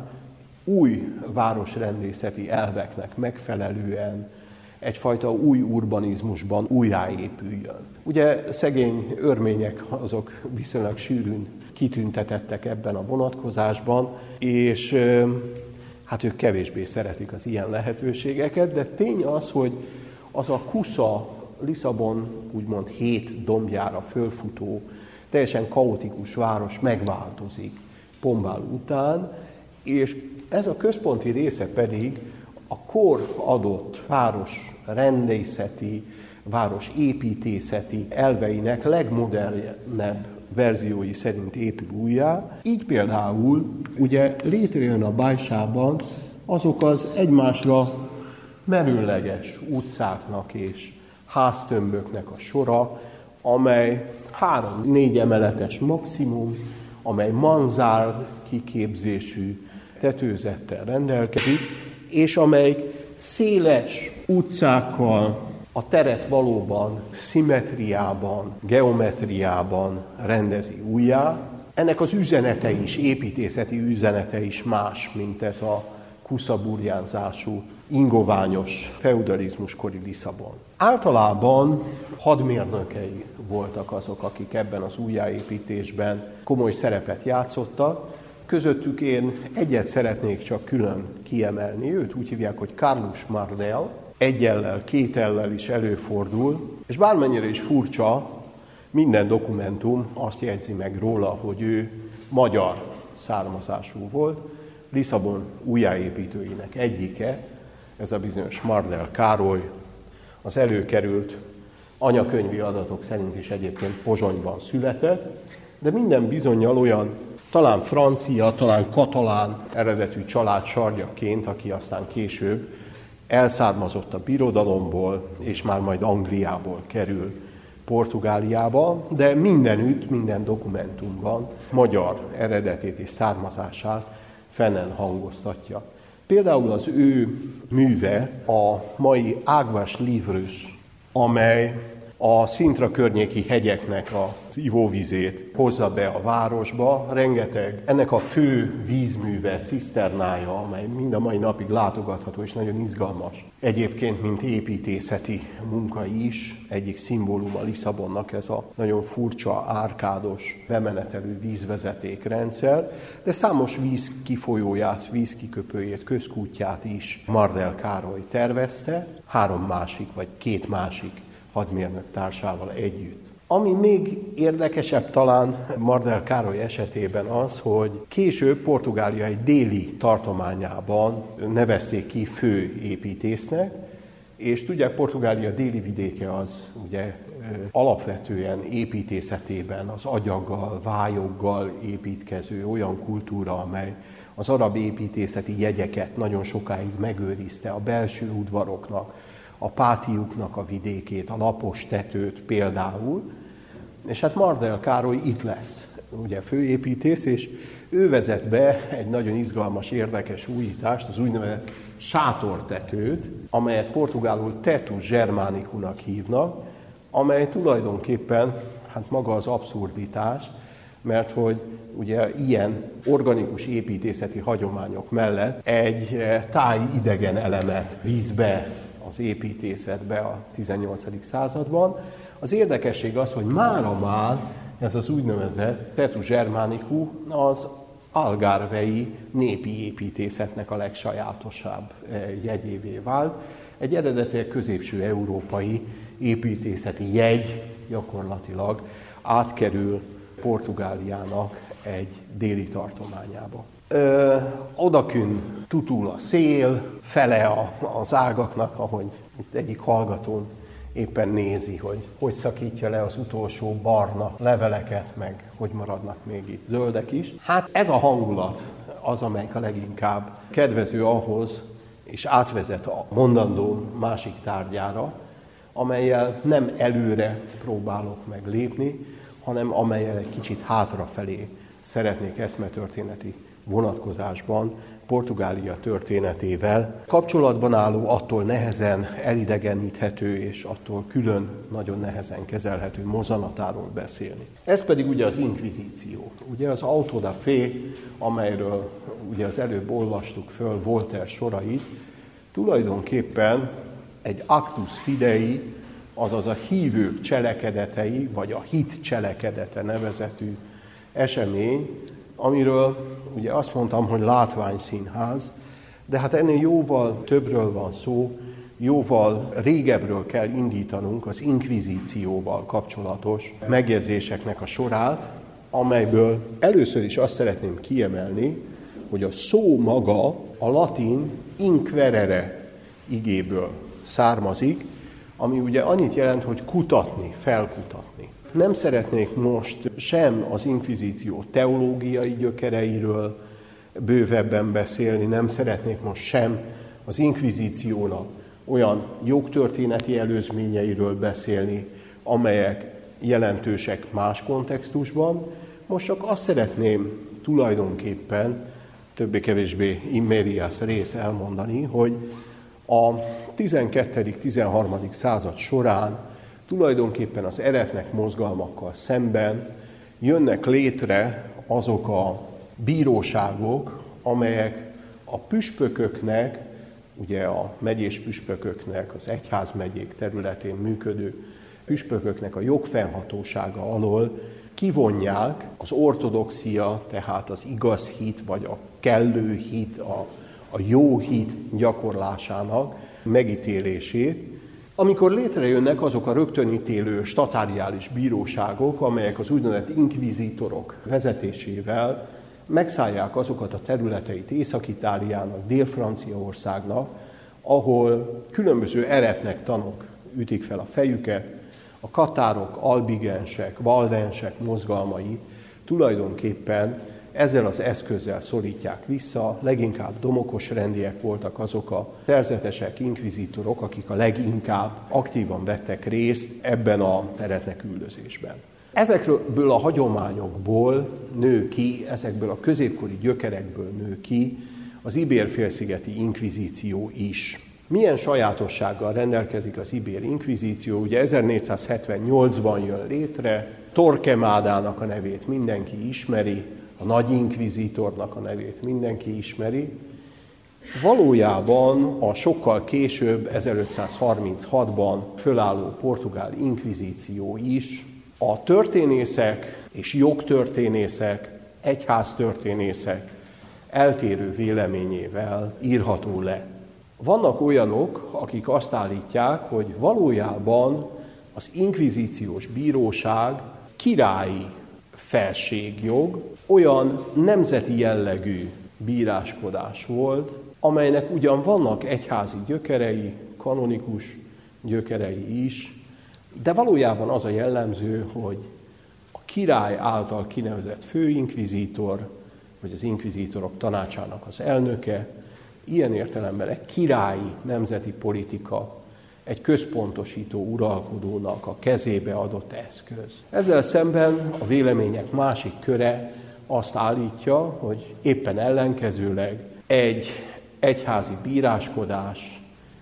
új városrendészeti elveknek megfelelően egyfajta új urbanizmusban újjáépüljön. Ugye szegény örmények azok viszonylag sűrűn kitüntetettek ebben a vonatkozásban, és hát ők kevésbé szeretik az ilyen lehetőségeket, de tény az, hogy az a kusza Lisszabon úgymond 7 dombjára fölfutó, teljesen kaotikus város megváltozik Pombál után, és ez a központi része pedig a kor adott város rendészeti, város építészeti elveinek legmodernebb verziói szerint épül újjá. Így például ugye létrejön a Baixában azok az egymásra merőleges utcáknak és háztömböknek a sora, amely 3-4 emeletes maximum, amely manzárd kiképzésű tetőzettel rendelkezik, és amely széles utcákkal a teret valóban szimmetriában, geometriában rendezi újjá. Ennek az üzenete is, építészeti üzenete is más, mint ez a kuszaburjánzású, ingoványos feudalizmuskori Lisszabon. Általában hadmérnökei voltak azok, akik ebben az újjáépítésben komoly szerepet játszottak. Közöttük én egyet szeretnék csak külön kiemelni, őt úgy hívják, hogy Carlos Mardel, egyellel, kétellel is előfordul, és bármennyire is furcsa, minden dokumentum azt jegyzi meg róla, hogy ő magyar származású volt, Lisszabon újjáépítőinek egyike, ez a bizonyos Mardel Károly, az előkerült anyakönyvi adatok szerint is egyébként Pozsonyban született, de minden bizonnyal olyan talán francia, talán katalán eredetű család sarjaként, aki aztán később elszármazott a birodalomból, és már majd Angliából kerül Portugáliába, de mindenütt, minden dokumentumban magyar eredetét és származását fennen hangoztatja. Például az ő műve a mai Águas Livres, amely a Sintra környéki hegyeknek az ivóvizét hozza be a városba. Rengeteg ennek a fő vízműve, ciszternája, amely mind a mai napig látogatható és nagyon izgalmas. Egyébként, mint építészeti munka is, egyik szimbóluma Lisszabonnak ez a nagyon furcsa, árkádos, bemenetelő vízvezetékrendszer, de számos vízkifolyóját, vízkiköpőjét, közkútját is Mardel Károly tervezte, 3 másik vagy 2 másik hadmérnök társával együtt. Ami még érdekesebb talán Mardel Károly esetében az, hogy később Portugália egy déli tartományában nevezték ki főépítésznek, és tudják, Portugália déli vidéke az ugye alapvetően építészetében az agyaggal, vályoggal építkező olyan kultúra, amely az arab építészeti jegyeket nagyon sokáig megőrizte, a belső udvaroknak, a pátiuknak a vidékét, a lapos tetőt például, és hát Mardel Károly itt lesz, ugye főépítész, és ő vezet be egy nagyon izgalmas, érdekes újítást, az úgynevezett sátortetőt, amelyet portugálul tetus germanicusnak hívnak, amely tulajdonképpen, hát maga az abszurditás, mert hogy ugye ilyen organikus építészeti hagyományok mellett egy tájidegen elemet víz be az építészetbe a 18. században. Az érdekesség az, hogy mára már ez az úgynevezett tetus germanicus az algarvei népi építészetnek a legsajátosabb jegyévé vált. Egy eredetileg középső európai építészeti jegy gyakorlatilag átkerül Portugáliának egy déli tartományába. Odakün tutul a szél, fele az ágaknak, ahogy itt egyik hallgatón éppen nézi, hogy szakítja le az utolsó barna leveleket, meg hogy maradnak még itt zöldek is. Hát ez a hangulat az, amelyik a leginkább kedvező ahhoz, és átvezet a mondandóm másik tárgyára, amellyel nem előre próbálok meg lépni, hanem amellyel egy kicsit hátrafelé szeretnék eszmetörténeti vonatkozásban Portugália történetével kapcsolatban álló, attól nehezen elidegeníthető és attól külön nagyon nehezen kezelhető mozzanatáról beszélni. Ez pedig ugye az inkvizíció, ugye az auto da fe, amelyről ugye az előbb olvastuk föl Voltaire sorait, tulajdonképpen egy actus fidei, azaz a hívők cselekedetei, vagy a hit cselekedete nevezetű esemény, amiről ugye azt mondtam, hogy látványszínház, de hát ennél jóval többről van szó, jóval régebről kell indítanunk az inkvizícióval kapcsolatos megjegyzéseknek a sorát, amelyből először is azt szeretném kiemelni, hogy a szó maga a latin inquerere igéből származik, ami ugye annyit jelent, hogy kutatni, felkutatni. Nem szeretnék most sem az inkvizíció teológiai gyökereiről bővebben beszélni, nem szeretnék most sem az inkvizíciónak olyan jogtörténeti előzményeiről beszélni, amelyek jelentősek más kontextusban. Most csak azt szeretném tulajdonképpen többé-kevésbé in medias res elmondani, hogy a 12.-13. század során tulajdonképpen az eretnek mozgalmakkal szemben jönnek létre azok a bíróságok, amelyek a püspököknek, ugye a megyés püspököknek, az egyházmegyék területén működő püspököknek a jogfennhatósága alól kivonják az ortodoxia, tehát az igaz hit, vagy a kellő hit, a jó hit gyakorlásának megítélését, amikor létrejönnek azok a rögtönítélő statáriális bíróságok, amelyek az úgynevezett inkvizítorok vezetésével megszállják azokat a területeit Észak-Itáliának, Dél-Franciaországnak, ahol különböző eretnek tanok ütik fel a fejüket. A katárok, albigensek, valdensek mozgalmai tulajdonképpen ezzel az eszközzel szorítják vissza, leginkább domokos rendiek voltak azok a szerzetesek, inkvizitorok, akik a leginkább aktívan vettek részt ebben a eretneküldözésben. Ezekből a hagyományokból nő ki, ezekből a középkori gyökerekből nő ki az Ibér-félszigeti inkvizíció is. Milyen sajátossággal rendelkezik az ibér inkvizíció? Ugye 1478-ban jön létre, Torquemádának a nevét mindenki ismeri, a nagy inkvizítornak a nevét mindenki ismeri. Valójában a sokkal később, 1536-ban fölálló portugál inkvizíció is a történészek és jogtörténészek, egyháztörténészek eltérő véleményével írható le. Vannak olyanok, akik azt állítják, hogy valójában az inkvizíciós bíróság királyi felségjog, olyan nemzeti jellegű bíráskodás volt, amelynek ugyan vannak egyházi gyökerei, kanonikus gyökerei is, de valójában az a jellemző, hogy a király által kinevezett főinkvizítor, vagy az inkvizítorok tanácsának az elnöke, ilyen értelemben egy királyi nemzeti politika, egy központosító uralkodónak a kezébe adott eszköz. Ezzel szemben a vélemények másik köre azt állítja, hogy éppen ellenkezőleg egy egyházi bíráskodás,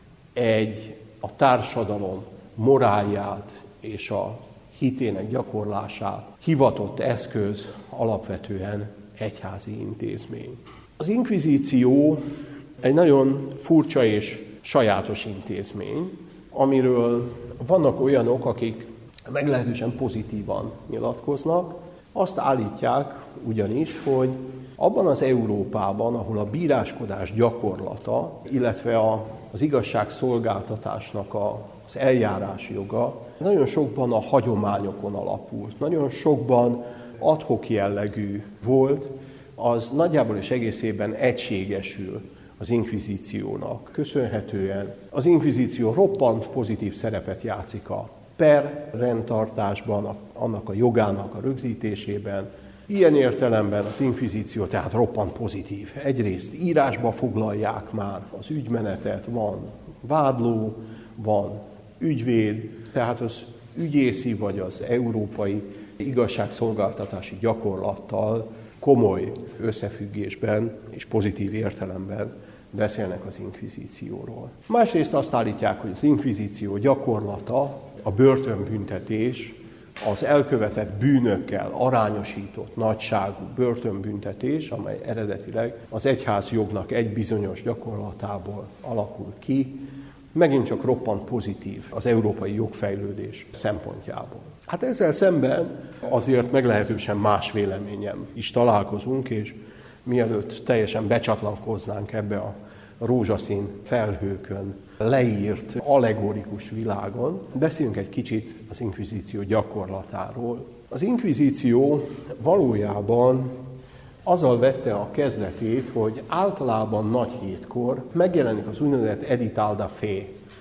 a társadalom morálját és a hitének gyakorlását hivatott eszköz alapvetően egyházi intézmény. Az inkvizíció egy nagyon furcsa és sajátos intézmény, amiről vannak olyanok, akik meglehetősen pozitívan nyilatkoznak. Azt állítják ugyanis, hogy abban az Európában, ahol a bíráskodás gyakorlata, illetve az igazságszolgáltatásnak az eljárás joga nagyon sokban a hagyományokon alapult, nagyon sokban ad hoc jellegű volt, az nagyjából és egészében egységesül az inkvizíciónak köszönhetően. Az inkvizíció roppant pozitív szerepet játszik a per rendtartásban, annak a jogának a rögzítésében. Ilyen értelemben az inkvizíció tehát roppant pozitív. Egyrészt írásba foglalják már az ügymenetet, van vádló, van ügyvéd, tehát az ügyészi vagy az európai igazságszolgáltatási gyakorlattal komoly összefüggésben és pozitív értelemben beszélnek az inkvizícióról. Másrészt azt állítják, hogy az inkvizíció gyakorlata, a börtönbüntetés, az elkövetett bűnökkel arányosított nagyságú börtönbüntetés, amely eredetileg az egyházjognak egy bizonyos gyakorlatából alakul ki, megint csak roppant pozitív az európai jogfejlődés szempontjából. Hát ezzel szemben azért meglehetősen más véleményen is találkozunk, és mielőtt teljesen becsatlakoznánk ebbe a rózsaszín felhőkön leírt allegorikus világon, beszéljünk egy kicsit az inkvizíció gyakorlatáról. Az inkvizíció valójában azzal vette a kezdetét, hogy általában nagy hétkor megjelenik az úgynevezett edital da fe.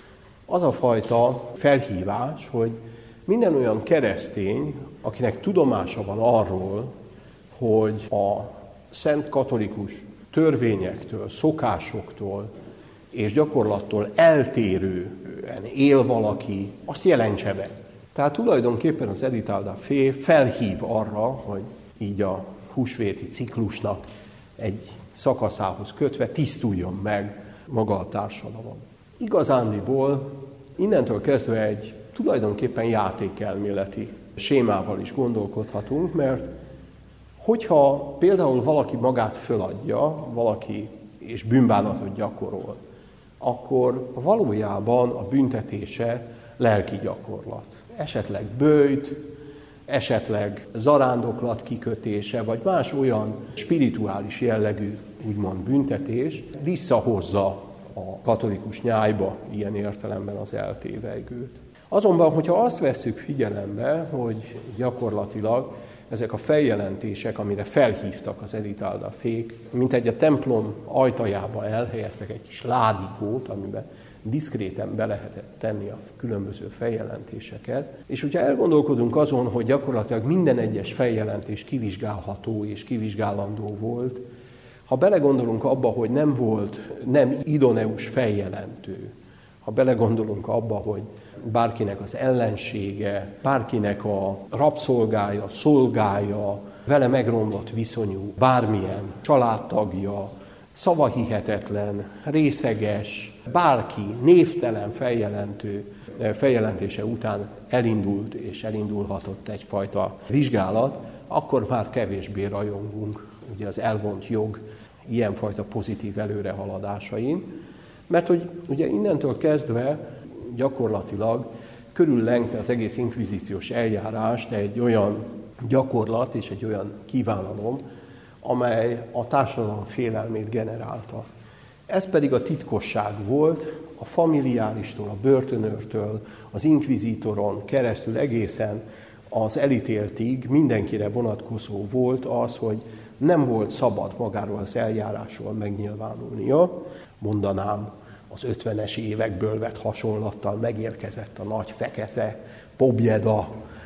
Az a fajta felhívás, hogy minden olyan keresztény, akinek tudomása van arról, hogy a szent katolikus törvényektől, szokásoktól és gyakorlattól eltérően él valaki, azt jelentse be. Tehát tulajdonképpen az edital da fe felhív arra, hogy így a húsvéti ciklusnak egy szakaszához kötve tisztuljon meg maga a társadalom. Igazándiból innentől kezdve egy tulajdonképpen játékelméleti sémával is gondolkodhatunk, mert hogyha például valaki magát föladja, valaki és bűnbánatot gyakorol, akkor valójában a büntetése lelki gyakorlat. Esetleg böjt, esetleg zarándoklat kikötése, vagy más olyan spirituális jellegű, úgymond büntetés visszahozza a katolikus nyájba ilyen értelemben az eltévegőt. Azonban, hogyha azt vesszük figyelembe, hogy gyakorlatilag ezek a feljelentések, amire felhívtak az editálda-fék, mint egy a templom ajtajába elhelyeztek egy kis ládikót, amiben diszkréten be lehetett tenni a különböző feljelentéseket. És hogyha elgondolkodunk azon, hogy gyakorlatilag minden egyes feljelentés kivizsgálható és kivizsgálandó volt, ha belegondolunk abba, hogy nem idoneus feljelentő, ha belegondolunk abba, hogy bárkinek az ellensége, bárkinek a rabszolgája, szolgája, vele megromlott viszonyú, bármilyen családtagja, szavahihetetlen, részeges, bárki névtelen feljelentése után elindult és elindulhatott egyfajta vizsgálat, akkor már kevésbé rajongunk ugye az elvont jog ilyenfajta pozitív előrehaladásain, mert hogy ugye innentől kezdve gyakorlatilag körüllengte az egész inkvizíciós eljárást egy olyan gyakorlat és egy olyan kívánalom, amely a társadalom félelmét generálta. Ez pedig a titkosság volt, a familiáristól, a börtönőrtől, az inkvizítoron keresztül egészen az elítéltig mindenkire vonatkozó volt az, hogy nem volt szabad magáról az eljárásról megnyilvánulnia. Mondanám, az 50-es évekből vett hasonlattal megérkezett a nagy fekete pobjeda,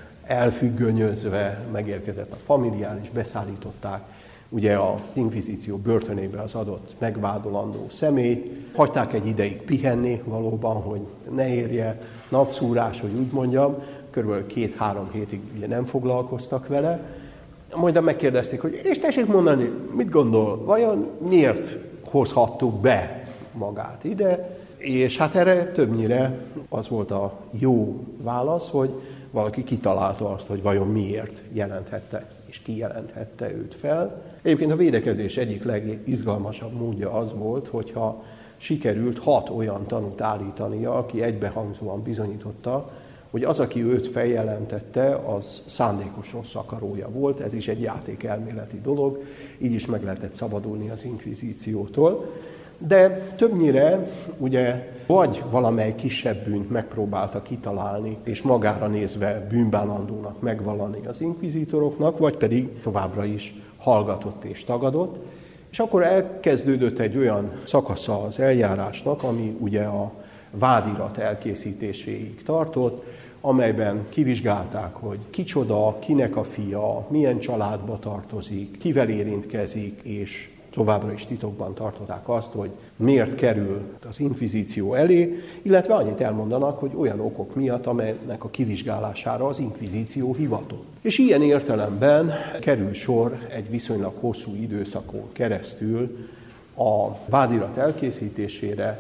elfüggönyözve, megérkezett a familiáris, beszállították ugye az inkvizíció börtönébe az adott megvádolandó személyt, hagyták egy ideig pihenni valóban, hogy ne érje napszúrás, hogy úgy mondjam, körülbelül 2-3 hétig ugye nem foglalkoztak vele, majd megkérdezték, hogy és tessék mondani, mit gondol, vajon miért hozhattuk be magát ide, és hát erre többnyire az volt a jó válasz, hogy valaki kitalálta azt, hogy vajon miért jelenthette és kijelenthette őt fel. Egyébként a védekezés egyik legizgalmasabb módja az volt, hogyha sikerült 6 olyan tanút állítania, aki egybehangzóan bizonyította, hogy az, aki őt feljelentette, az szándékos rossz akarója volt, ez is egy játékelméleti dolog, így is meg lehetett szabadulni az inkvizíciótól. De többnyire ugye vagy valamely kisebb bűnt megpróbálta kitalálni, és magára nézve bűnbánandónak megvallani az inkvizítoroknak, vagy pedig továbbra is hallgatott és tagadott. És akkor elkezdődött egy olyan szakasza az eljárásnak, ami ugye a vádirat elkészítéséig tartott, amelyben kivizsgálták, hogy kicsoda, kinek a fia, milyen családba tartozik, kivel érintkezik, és továbbra is titokban tartották azt, hogy miért kerül az inkvizíció elé, illetve annyit elmondanak, hogy olyan okok miatt, amelynek a kivizsgálására az inkvizíció hivatott. És ilyen értelemben kerül sor egy viszonylag hosszú időszakon keresztül a vádirat elkészítésére,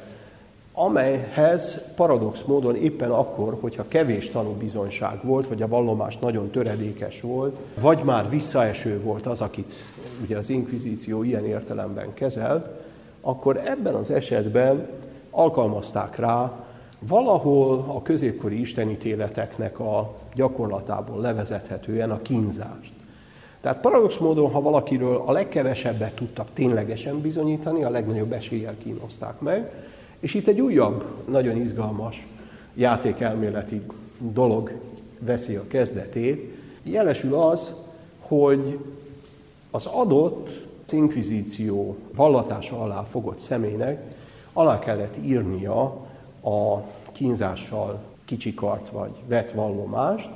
amelyhez paradox módon éppen akkor, hogyha kevés tanúbizonyság volt, vagy a vallomás nagyon töredékes volt, vagy már visszaeső volt az, akit ugye az inkvizíció ilyen értelemben kezelt, akkor ebben az esetben alkalmazták rá valahol a középkori istenítéleteknek a gyakorlatából levezethetően a kínzást. Tehát paradox módon, ha valakiről a legkevesebbet tudtak ténylegesen bizonyítani, a legnagyobb eséllyel kínozták meg, és itt egy újabb, nagyon izgalmas játékelméleti dolog veszi a kezdetét. Jelesül az, hogy az adott inkvizíció vallatása alá fogott személynek alá kellett írnia a kínzással kicsikart vagy vett vallomást,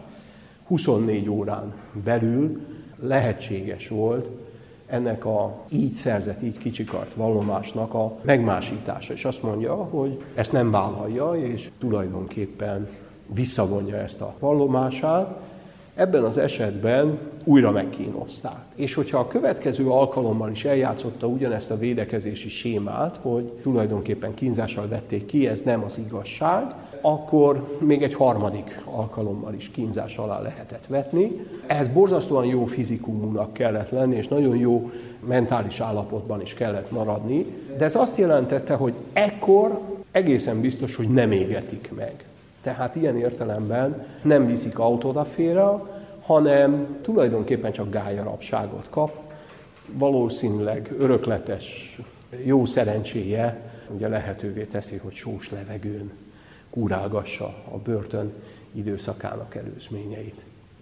24 órán belül lehetséges volt ennek a így szerzett, így kicsikart vallomásnak a megmásítása. És azt mondja, hogy ezt nem vállalja, és tulajdonképpen visszavonja ezt a vallomását. Ebben az esetben újra megkínozták. És hogyha a következő alkalommal is eljátszotta ugyanezt a védekezési sémát, hogy tulajdonképpen kínzással vették ki, ez nem az igazság, akkor még egy harmadik alkalommal is kínzás alá lehetett vetni. Ehhez borzasztóan jó fizikumúnak kellett lenni, és nagyon jó mentális állapotban is kellett maradni, de ez azt jelentette, hogy ekkor egészen biztos, hogy nem égetik meg. Tehát ilyen értelemben nem viszik autodaféra, hanem tulajdonképpen csak gállyarabságot kap. Valószínűleg örökletes jó szerencséje ugye lehetővé teszi, hogy sós levegőn kúrálgassa a börtön időszakának előzményeit.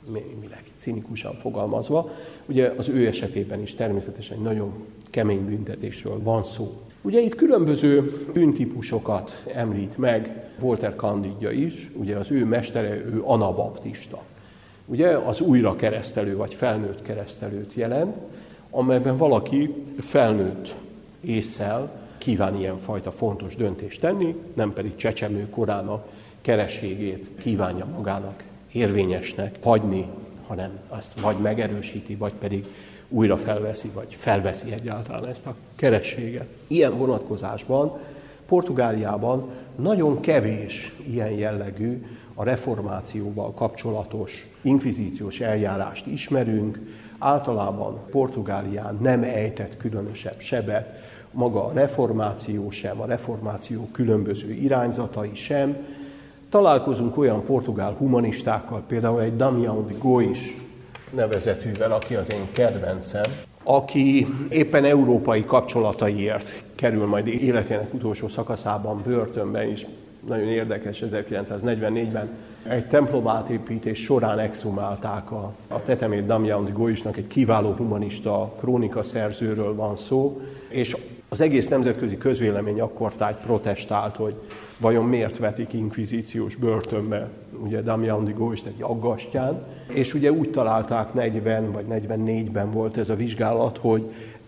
némileg cinikusan fogalmazva. Ugye az ő esetében is természetesen egy nagyon kemény büntetésről van szó. Ugye itt különböző bűntípusokat említ meg Walter Candide is, ugye az ő mestere, ő anabaptista. Ugye az újra keresztelő vagy felnőtt keresztelőt jelent, amelyben valaki felnőtt ésszel kíván ilyenfajta fontos döntést tenni, nem pedig csecsemő korának kerességét kívánja magának érvényesnek hagyni, hanem azt vagy megerősíti, vagy pedig újra felveszi, vagy felveszi egyáltalán ezt a kerességet. Ilyen vonatkozásban Portugáliában nagyon kevés ilyen jellegű, a reformációval kapcsolatos inkvizíciós eljárást ismerünk. Általában Portugálián nem ejtett különösebb sebet, maga a reformáció sem, a reformáció különböző irányzatai sem. Találkozunk olyan portugál humanistákkal, például egy Damião de Gois nevezetűvel, aki az én kedvencem, aki éppen európai kapcsolataiért kerül majd életének utolsó szakaszában börtönbe is. Nagyon érdekes, 1944-ben egy templomátépítés során exhumálták a tetemét Damião de Goisnak, egy kiváló humanista krónikaszerzőről van szó, és az egész nemzetközi közvélemény akkortájt protestált, hogy vajon miért vetik inkvizíciós börtönbe ugye Damião de Goist egy aggastyán, és ugye úgy találták 40 vagy 44-ben volt ez a vizsgálat, hogy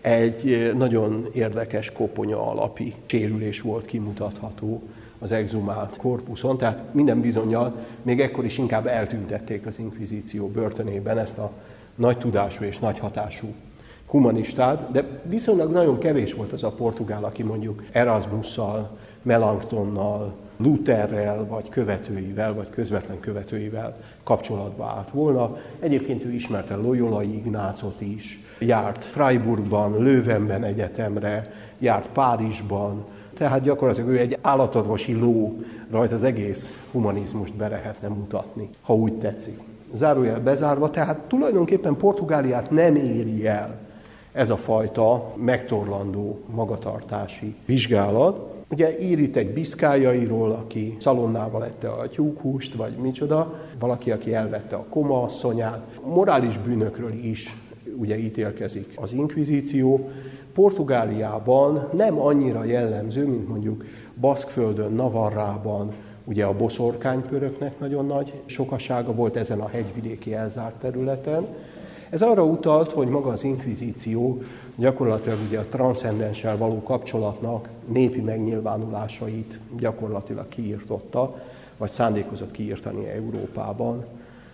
egy nagyon érdekes koponya alapi sérülés volt kimutatható az exhumált korpuszon, tehát minden bizonnyal még ekkor is inkább eltüntették az inkvizíció börtönében ezt a nagy tudású és nagy hatású humanistát, de viszonylag nagyon kevés volt az a portugál, aki mondjuk Erasmusszal, Melanchtonnal, Lutherrel, vagy követőivel, vagy közvetlen követőivel kapcsolatba állt volna. Egyébként ő ismerte Loyolai Ignácot is, járt Freiburgban, Leuvenben egyetemre, járt Párizsban, tehát gyakorlatilag ő egy állatorvosi ló, rajta az egész humanizmust be lehetne mutatni, ha úgy tetszik. Zárójel bezárva, tehát tulajdonképpen Portugáliát nem éri el ez a fajta megtorlandó magatartási vizsgálat. Ugye ír itt egy biszkájairól, aki szalonnával ette a tyúkhúst, vagy micsoda, valaki, aki elvette a koma asszonyát. Morális bűnökről is ugye ítélkezik az inkvizíció. Portugáliában nem annyira jellemző, mint mondjuk Baszkföldön, Navarrában, ugye a boszorkánypöröknek nagyon nagy sokasága volt ezen a hegyvidéki elzárt területen. Ez arra utalt, hogy maga az inkvizíció gyakorlatilag ugye a transzcendenssel való kapcsolatnak népi megnyilvánulásait gyakorlatilag kiirtotta, vagy szándékozott kiirtani Európában,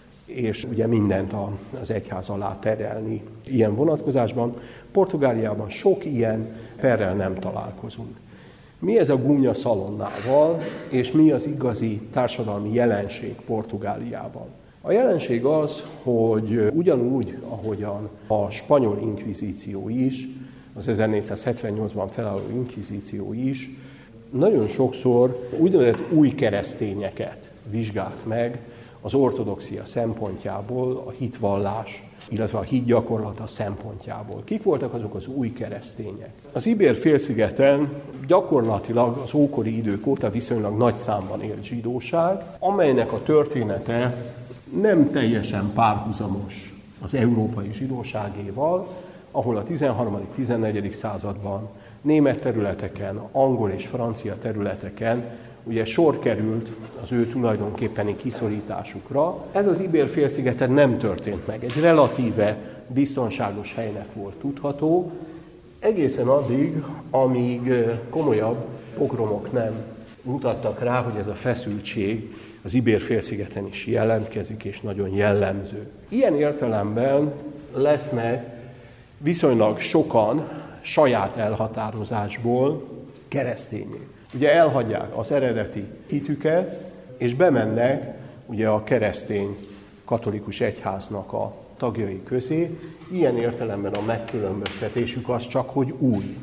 és ugye mindent az egyház alá terelni ilyen vonatkozásban. Portugáliában sok ilyen perrel nem találkozunk. Mi ez a gúnya szalonnával, és mi az igazi társadalmi jelenség Portugáliában? A jelenség az, hogy ugyanúgy, ahogyan a spanyol inkvizíció is, az 1478-ban felálló inkvizíció is, nagyon sokszor úgynevezett új keresztényeket vizsgált meg az ortodoxia szempontjából, a hitvallás, illetve a hitgyakorlata szempontjából. Kik voltak azok az új keresztények? Az Ibér-félszigeten gyakorlatilag az ókori idők óta viszonylag nagy számban élt zsidóság, amelynek a története nem teljesen párhuzamos az európai zsidóságéval, ahol a 13.-14. században német területeken, angol és francia területeken ugye sor került az ő tulajdonképpeni kiszorításukra. Ez az Ibér-félszigeten nem történt meg. Egy relatíve biztonságos helynek volt tudható, egészen addig, amíg komolyabb pogromok nem mutattak rá, hogy ez a feszültség az Ibér-félszigeten is jelentkezik, és nagyon jellemző. Ilyen értelemben lesznek viszonylag sokan saját elhatározásból keresztényé. Ugye elhagyják az eredeti hitüket, és bemennek ugye a keresztény katolikus egyháznak a tagjai közé. Ilyen értelemben a megkülönböztetésük az csak, hogy új.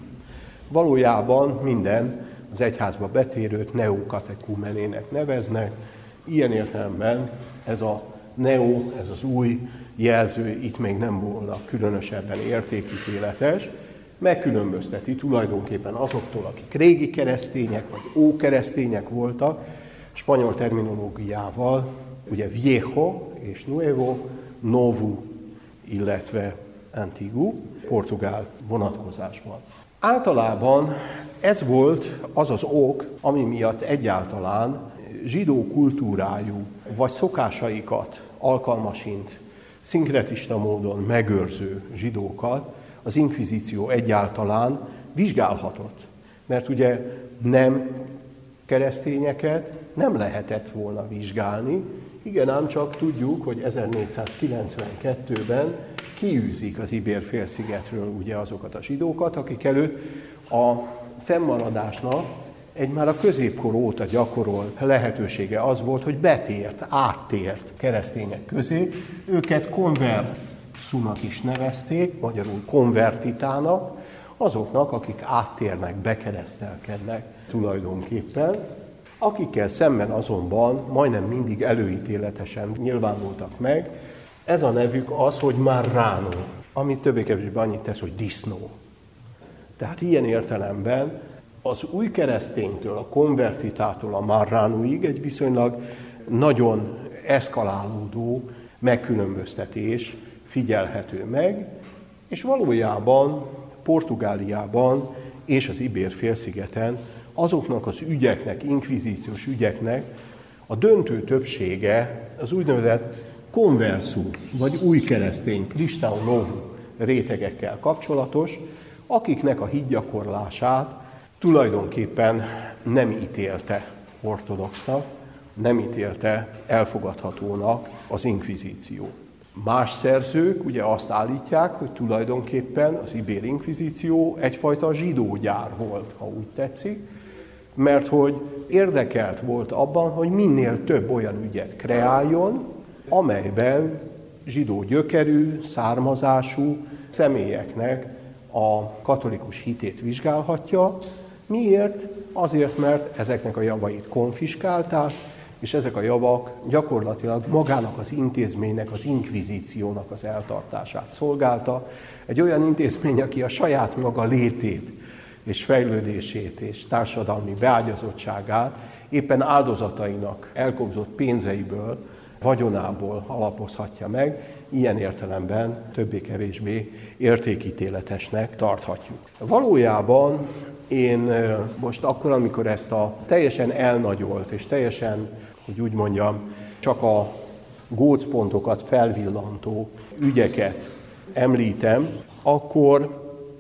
Valójában minden az egyházba betérőt neokatekumenének neveznek. Ilyen értelemben ez a neo, ez az új jelző itt még nem volna különösebben értékítéletes, megkülönbözteti tulajdonképpen azoktól, akik régi keresztények vagy ókeresztények voltak, spanyol terminológiával, ugye viejo és nuevo, Novo, illetve Antigo, portugál vonatkozásban. Általában ez volt az az ok, ami miatt egyáltalán zsidó kultúrájú vagy szokásaikat alkalmasint, szinkretista módon megőrző zsidókat az inkvizíció egyáltalán vizsgálhatott. Mert ugye nem keresztényeket nem lehetett volna vizsgálni, igen, ám csak tudjuk, hogy 1492-ben kiűzik az Ibér-félszigetről ugye azokat a zsidókat, akik előtt a fennmaradásnak egy már a középkor óta gyakorolt lehetősége az volt, hogy áttért keresztények közé. Őket konversunak is nevezték, magyarul konvertitának, azoknak, akik áttérnek, bekeresztelkednek tulajdonképpen, akikkel szemben azonban majdnem mindig előítéletesen nyilvánultak meg. Ez a nevük az, hogy marrano, ami többé-kevésbé annyit tesz, hogy disznó. Tehát ilyen értelemben az új kereszténytől, a konvertitától a marranoig egy viszonylag nagyon eszkalálódó megkülönböztetés figyelhető meg, és valójában Portugáliában és az Ibér-félszigeten azoknak az ügyeknek, inkvizíciós ügyeknek a döntő többsége az úgynevezett konverszú, vagy új keresztény, Cristão Novo rétegekkel kapcsolatos, akiknek a hitgyakorlását tulajdonképpen nem ítélte ortodoxnak, nem ítélte elfogadhatónak az inkvizíció. Más szerzők ugye azt állítják, hogy tulajdonképpen az ibér inkvizíció egyfajta zsidógyár volt, ha úgy tetszik, mert hogy érdekelt volt abban, hogy minél több olyan ügyet kreáljon, amelyben zsidó gyökerű, származású személyeknek a katolikus hitét vizsgálhatja. Miért? Azért, mert ezeknek a javait konfiskálták, és ezek a javak gyakorlatilag magának az intézménynek, az inkvizíciónak az eltartását szolgálta. Egy olyan intézmény, aki a saját maga létét és fejlődését és társadalmi beágyazottságát éppen áldozatainak elkobzott pénzeiből, vagyonából alapozhatja meg, ilyen értelemben többé-kevésbé értékítéletesnek tarthatjuk. Valójában én most akkor, amikor ezt a teljesen elnagyolt és teljesen, hogy úgy mondjam, csak a gócpontokat felvillantó ügyeket említem, akkor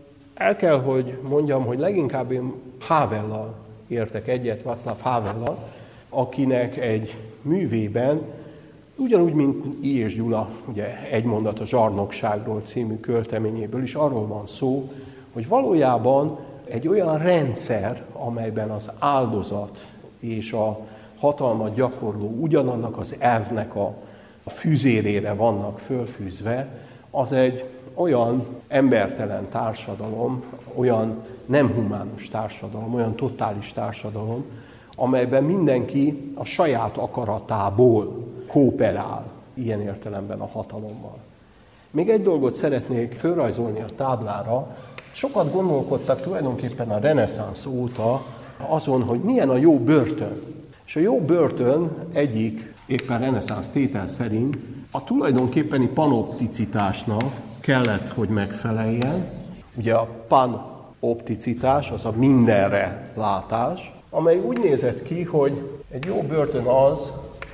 el kell, hogy mondjam, hogy leginkább én Havellal értek egyet, Václav Havellal, akinek egy művében, ugyanúgy, mint I. és Gyula, ugye Egy mondat a zsarnokságról című költeményéből is arról van szó, hogy valójában egy olyan rendszer, amelyben az áldozat és a hatalmat gyakorló ugyanannak az elvnek a füzérére vannak fölfűzve, az egy olyan embertelen társadalom, olyan nem humánus társadalom, olyan totális társadalom, amelyben mindenki a saját akaratából kooperál, ilyen értelemben a hatalommal. Még egy dolgot szeretnék fölrajzolni a táblára. Sokat gondolkodtak tulajdonképpen a reneszánsz óta azon, hogy milyen a jó börtön. És a jó börtön egyik, éppen reneszánsz tétel szerint a tulajdonképpeni panopticitásnak kellett, hogy megfeleljen. Ugye a panopticitás, az a mindenre látás, amely úgy nézett ki, hogy egy jó börtön az,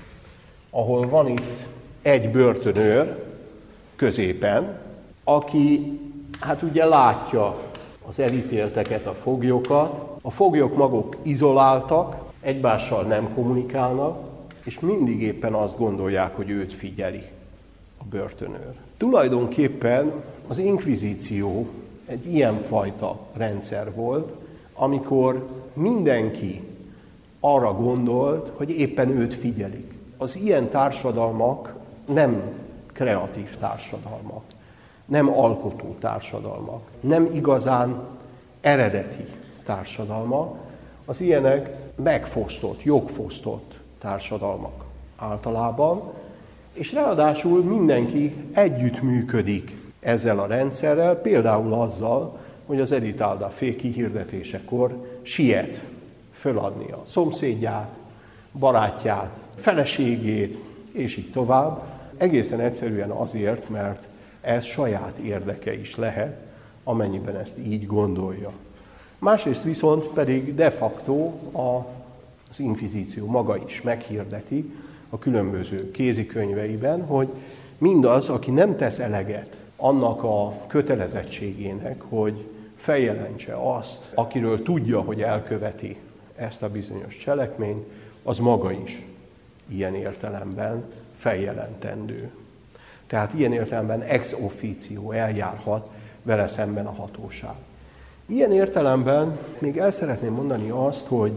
ahol van itt egy börtönőr középen, aki hát ugye látja az elítélteket, a foglyokat. A foglyok maguk izoláltak, egymással nem kommunikálnak, és mindig éppen azt gondolják, hogy őt figyeli a börtönőr. Tulajdonképpen az inkvizíció egy ilyenfajta rendszer volt, amikor mindenki arra gondolt, hogy éppen őt figyelik. Az ilyen társadalmak nem kreatív társadalmak, nem alkotó társadalmak, nem igazán eredeti társadalmak, az ilyenek megfosztott, jogfosztott társadalmak általában, és ráadásul mindenki együttműködik ezzel a rendszerrel, például azzal, hogy az Editalda fék kihirdetésekor siet föladni a szomszédját, barátját, feleségét, és így tovább. egészen egyszerűen azért, mert ez saját érdeke is lehet, amennyiben ezt így gondolja. Másrészt viszont pedig de facto az inkvizíció maga is meghirdeti a különböző kézikönyveiben, hogy mindaz, aki nem tesz eleget annak a kötelezettségének, hogy feljelentse azt, akiről tudja, hogy elköveti ezt a bizonyos cselekményt, az maga is ilyen értelemben feljelentendő. Tehát ilyen értelemben ex officio eljárhat vele szemben a hatóság. Ilyen értelemben még el szeretném mondani azt, hogy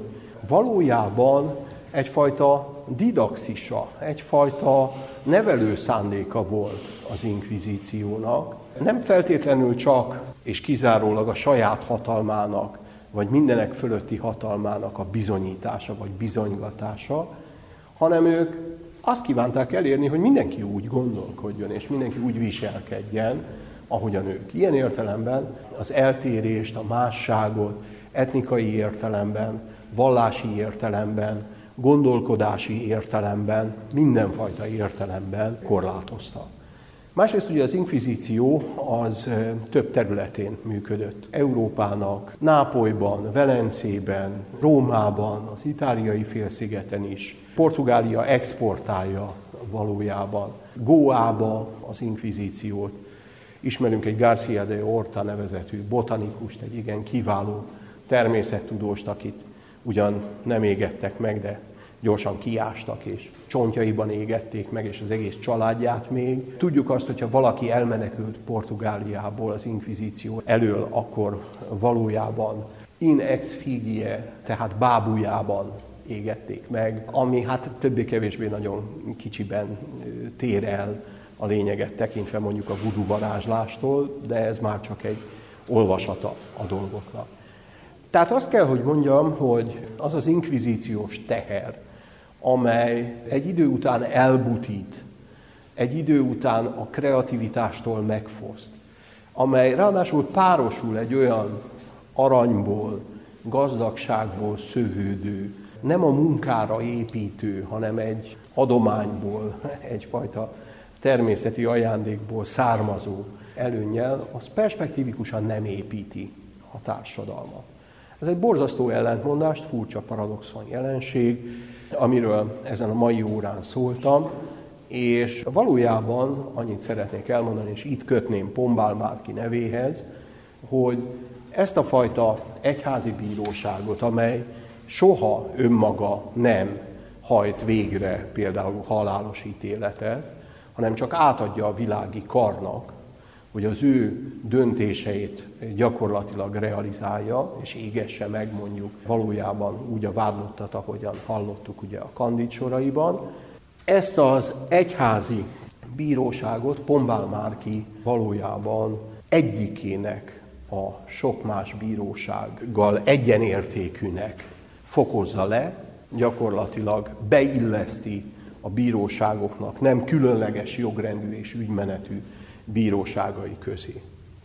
valójában egyfajta didaxisa, egyfajta nevelő szándéka volt az inkvizíciónak. Nem feltétlenül csak és kizárólag a saját hatalmának, vagy mindenek fölötti hatalmának a bizonyítása, vagy bizonygatása, hanem ők azt kívánták elérni, hogy mindenki úgy gondolkodjon, és mindenki úgy viselkedjen, ahogyan ők. Ilyen értelemben az eltérést, a másságot etnikai értelemben, vallási értelemben, gondolkodási értelemben, mindenfajta értelemben korlátozta. Másrészt ugye az inkvizíció az több területén működött. Európának, Nápolyban, Velencében, Rómában, az itáliai félszigeten is. Portugália exportálja valójában. Goába az inkvizíciót. Ismerünk egy García de Horta nevezetű botanikust, egy igen kiváló természettudóst, akit ugyan nem égettek meg, de gyorsan kiástak, és csontjaiban égették meg, és az egész családját még. Tudjuk azt, hogyha valaki elmenekült Portugáliából az inkvizíció elől, akkor valójában in ex figie, tehát bábujában égették meg, ami hát többé-kevésbé nagyon kicsiben tér el a lényeget tekintve mondjuk a vudu varázslástól, de ez már csak egy olvasata a dolgoknak. Tehát azt kell, hogy mondjam, hogy az az inkvizíciós teher, amely egy idő után elbutít, egy idő után a kreativitástól megfoszt, amely ráadásul párosul egy olyan aranyból, gazdagságból szövődő, nem a munkára építő, hanem egy adományból, egyfajta természeti ajándékból származó előnnyel, az perspektívikusan nem építi a társadalmat. Ez egy borzasztó ellentmondást, furcsa paradoxon jelenség, amiről ezen a mai órán szóltam, és valójában annyit szeretnék elmondani, és itt kötném Pombál Márki nevéhez, hogy ezt a fajta egyházi bíróságot, amely soha önmaga nem hajt végre például halálos ítéletet, hanem csak átadja a világi karnak, hogy az ő döntéseit gyakorlatilag realizálja, és égesse meg mondjuk valójában úgy a vádlottat, ahogyan hallottuk ugye a Kandid soraiban. Ezt az egyházi bíróságot Pombál Márki valójában egyikének a sok más bírósággal egyenértékűnek fokozza le, gyakorlatilag beilleszti a bíróságoknak nem különleges jogrendű és ügymenetű bíróságai közé.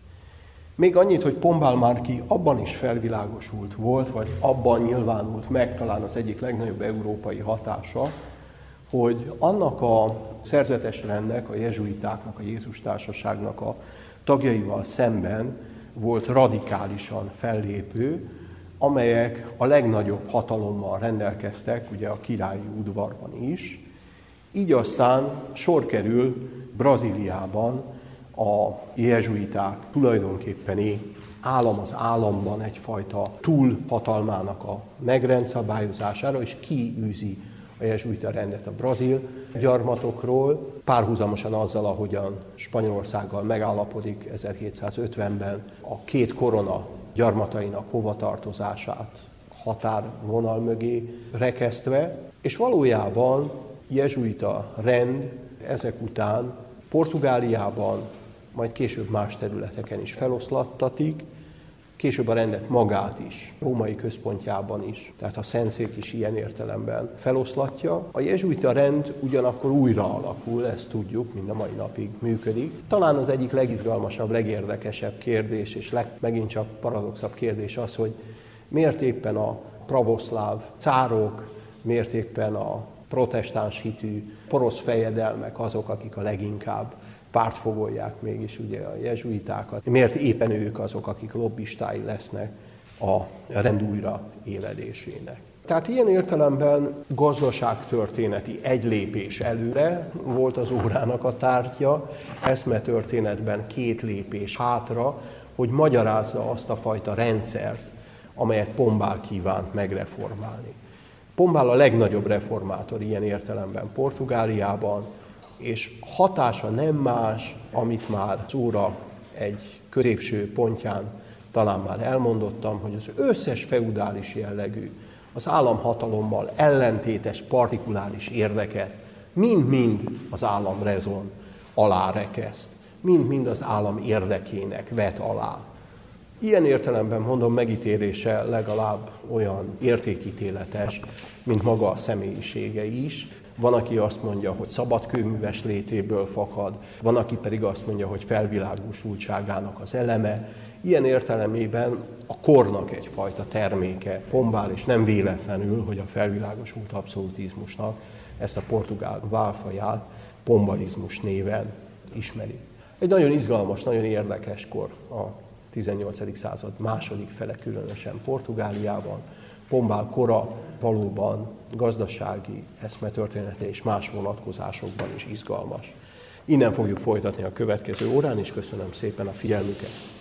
Még annyit, hogy Pombál Márki abban is felvilágosult volt, vagy abban nyilvánult meg talán az egyik legnagyobb európai hatása, hogy annak a szerzetes rendnek, a jezsuitáknak, a Jézus Társaságnak a tagjaival szemben volt radikálisan fellépő, amelyek a legnagyobb hatalommal rendelkeztek, ugye a királyi udvarban is. Így aztán sor kerül Brazíliában a jezsuiták tulajdonképpeni állam az államban egyfajta túlhatalmának a megrendszabályozására, és kiűzi a jezsuita rendet a brazil gyarmatokról, párhuzamosan azzal, ahogyan Spanyolországgal megállapodik 1750-ben a két korona gyarmatainak hovatartozását határvonal mögé rekesztve, és valójában jezsuita rend ezek után Portugáliában, majd később más területeken is feloszlattatik, később a rendet magát is, római központjában is, tehát a Szentszék is ilyen értelemben feloszlatja. A jezsuita rend ugyanakkor újra alakul, ezt tudjuk, mind a mai napig működik. Talán az egyik legizgalmasabb, legérdekesebb kérdés, és megint csak paradoxabb kérdés az, hogy miért éppen a pravoszláv cárok, miért éppen a protestáns hitű porosz fejedelmek azok, akik a leginkább pártfogolják mégis ugye a jezsuitákat. Miért éppen ők azok, akik lobbistái lesznek a rend újra éledésének? Tehát ilyen értelemben gazdaságtörténeti egy lépés előre volt az órának a tárgya, eszmetörténetben 2 lépés hátra, hogy magyarázza azt a fajta rendszert, amelyet Pombál kívánt megreformálni. Pombál a legnagyobb reformátor ilyen értelemben Portugáliában, és hatása nem más, amit már az óra egy középső pontján talán már elmondottam, hogy az összes feudális jellegű, az államhatalommal ellentétes partikuláris érdeket mind-mind az állam rezon alá rekeszt, mind-mind az állam érdekének vet alá. Ilyen értelemben mondom, megítélése legalább olyan értékítéletes, mint maga a személyisége is. Van, aki azt mondja, hogy szabadkőműves létéből fakad, van, aki pedig azt mondja, hogy felvilágosultságának az eleme. Ilyen értelemében a kornak egyfajta terméke Pombál, és nem véletlenül, hogy a felvilágosult abszolutizmusnak ezt a portugál válfaját pombalizmus néven ismeri. Egy nagyon izgalmas, nagyon érdekes kor a 18. század második fele, különösen Portugáliában. Pombál kora valóban gazdasági, eszmetörténeti és más vonatkozásokban is izgalmas. Innen fogjuk folytatni a következő órán, és köszönöm szépen a figyelmüket.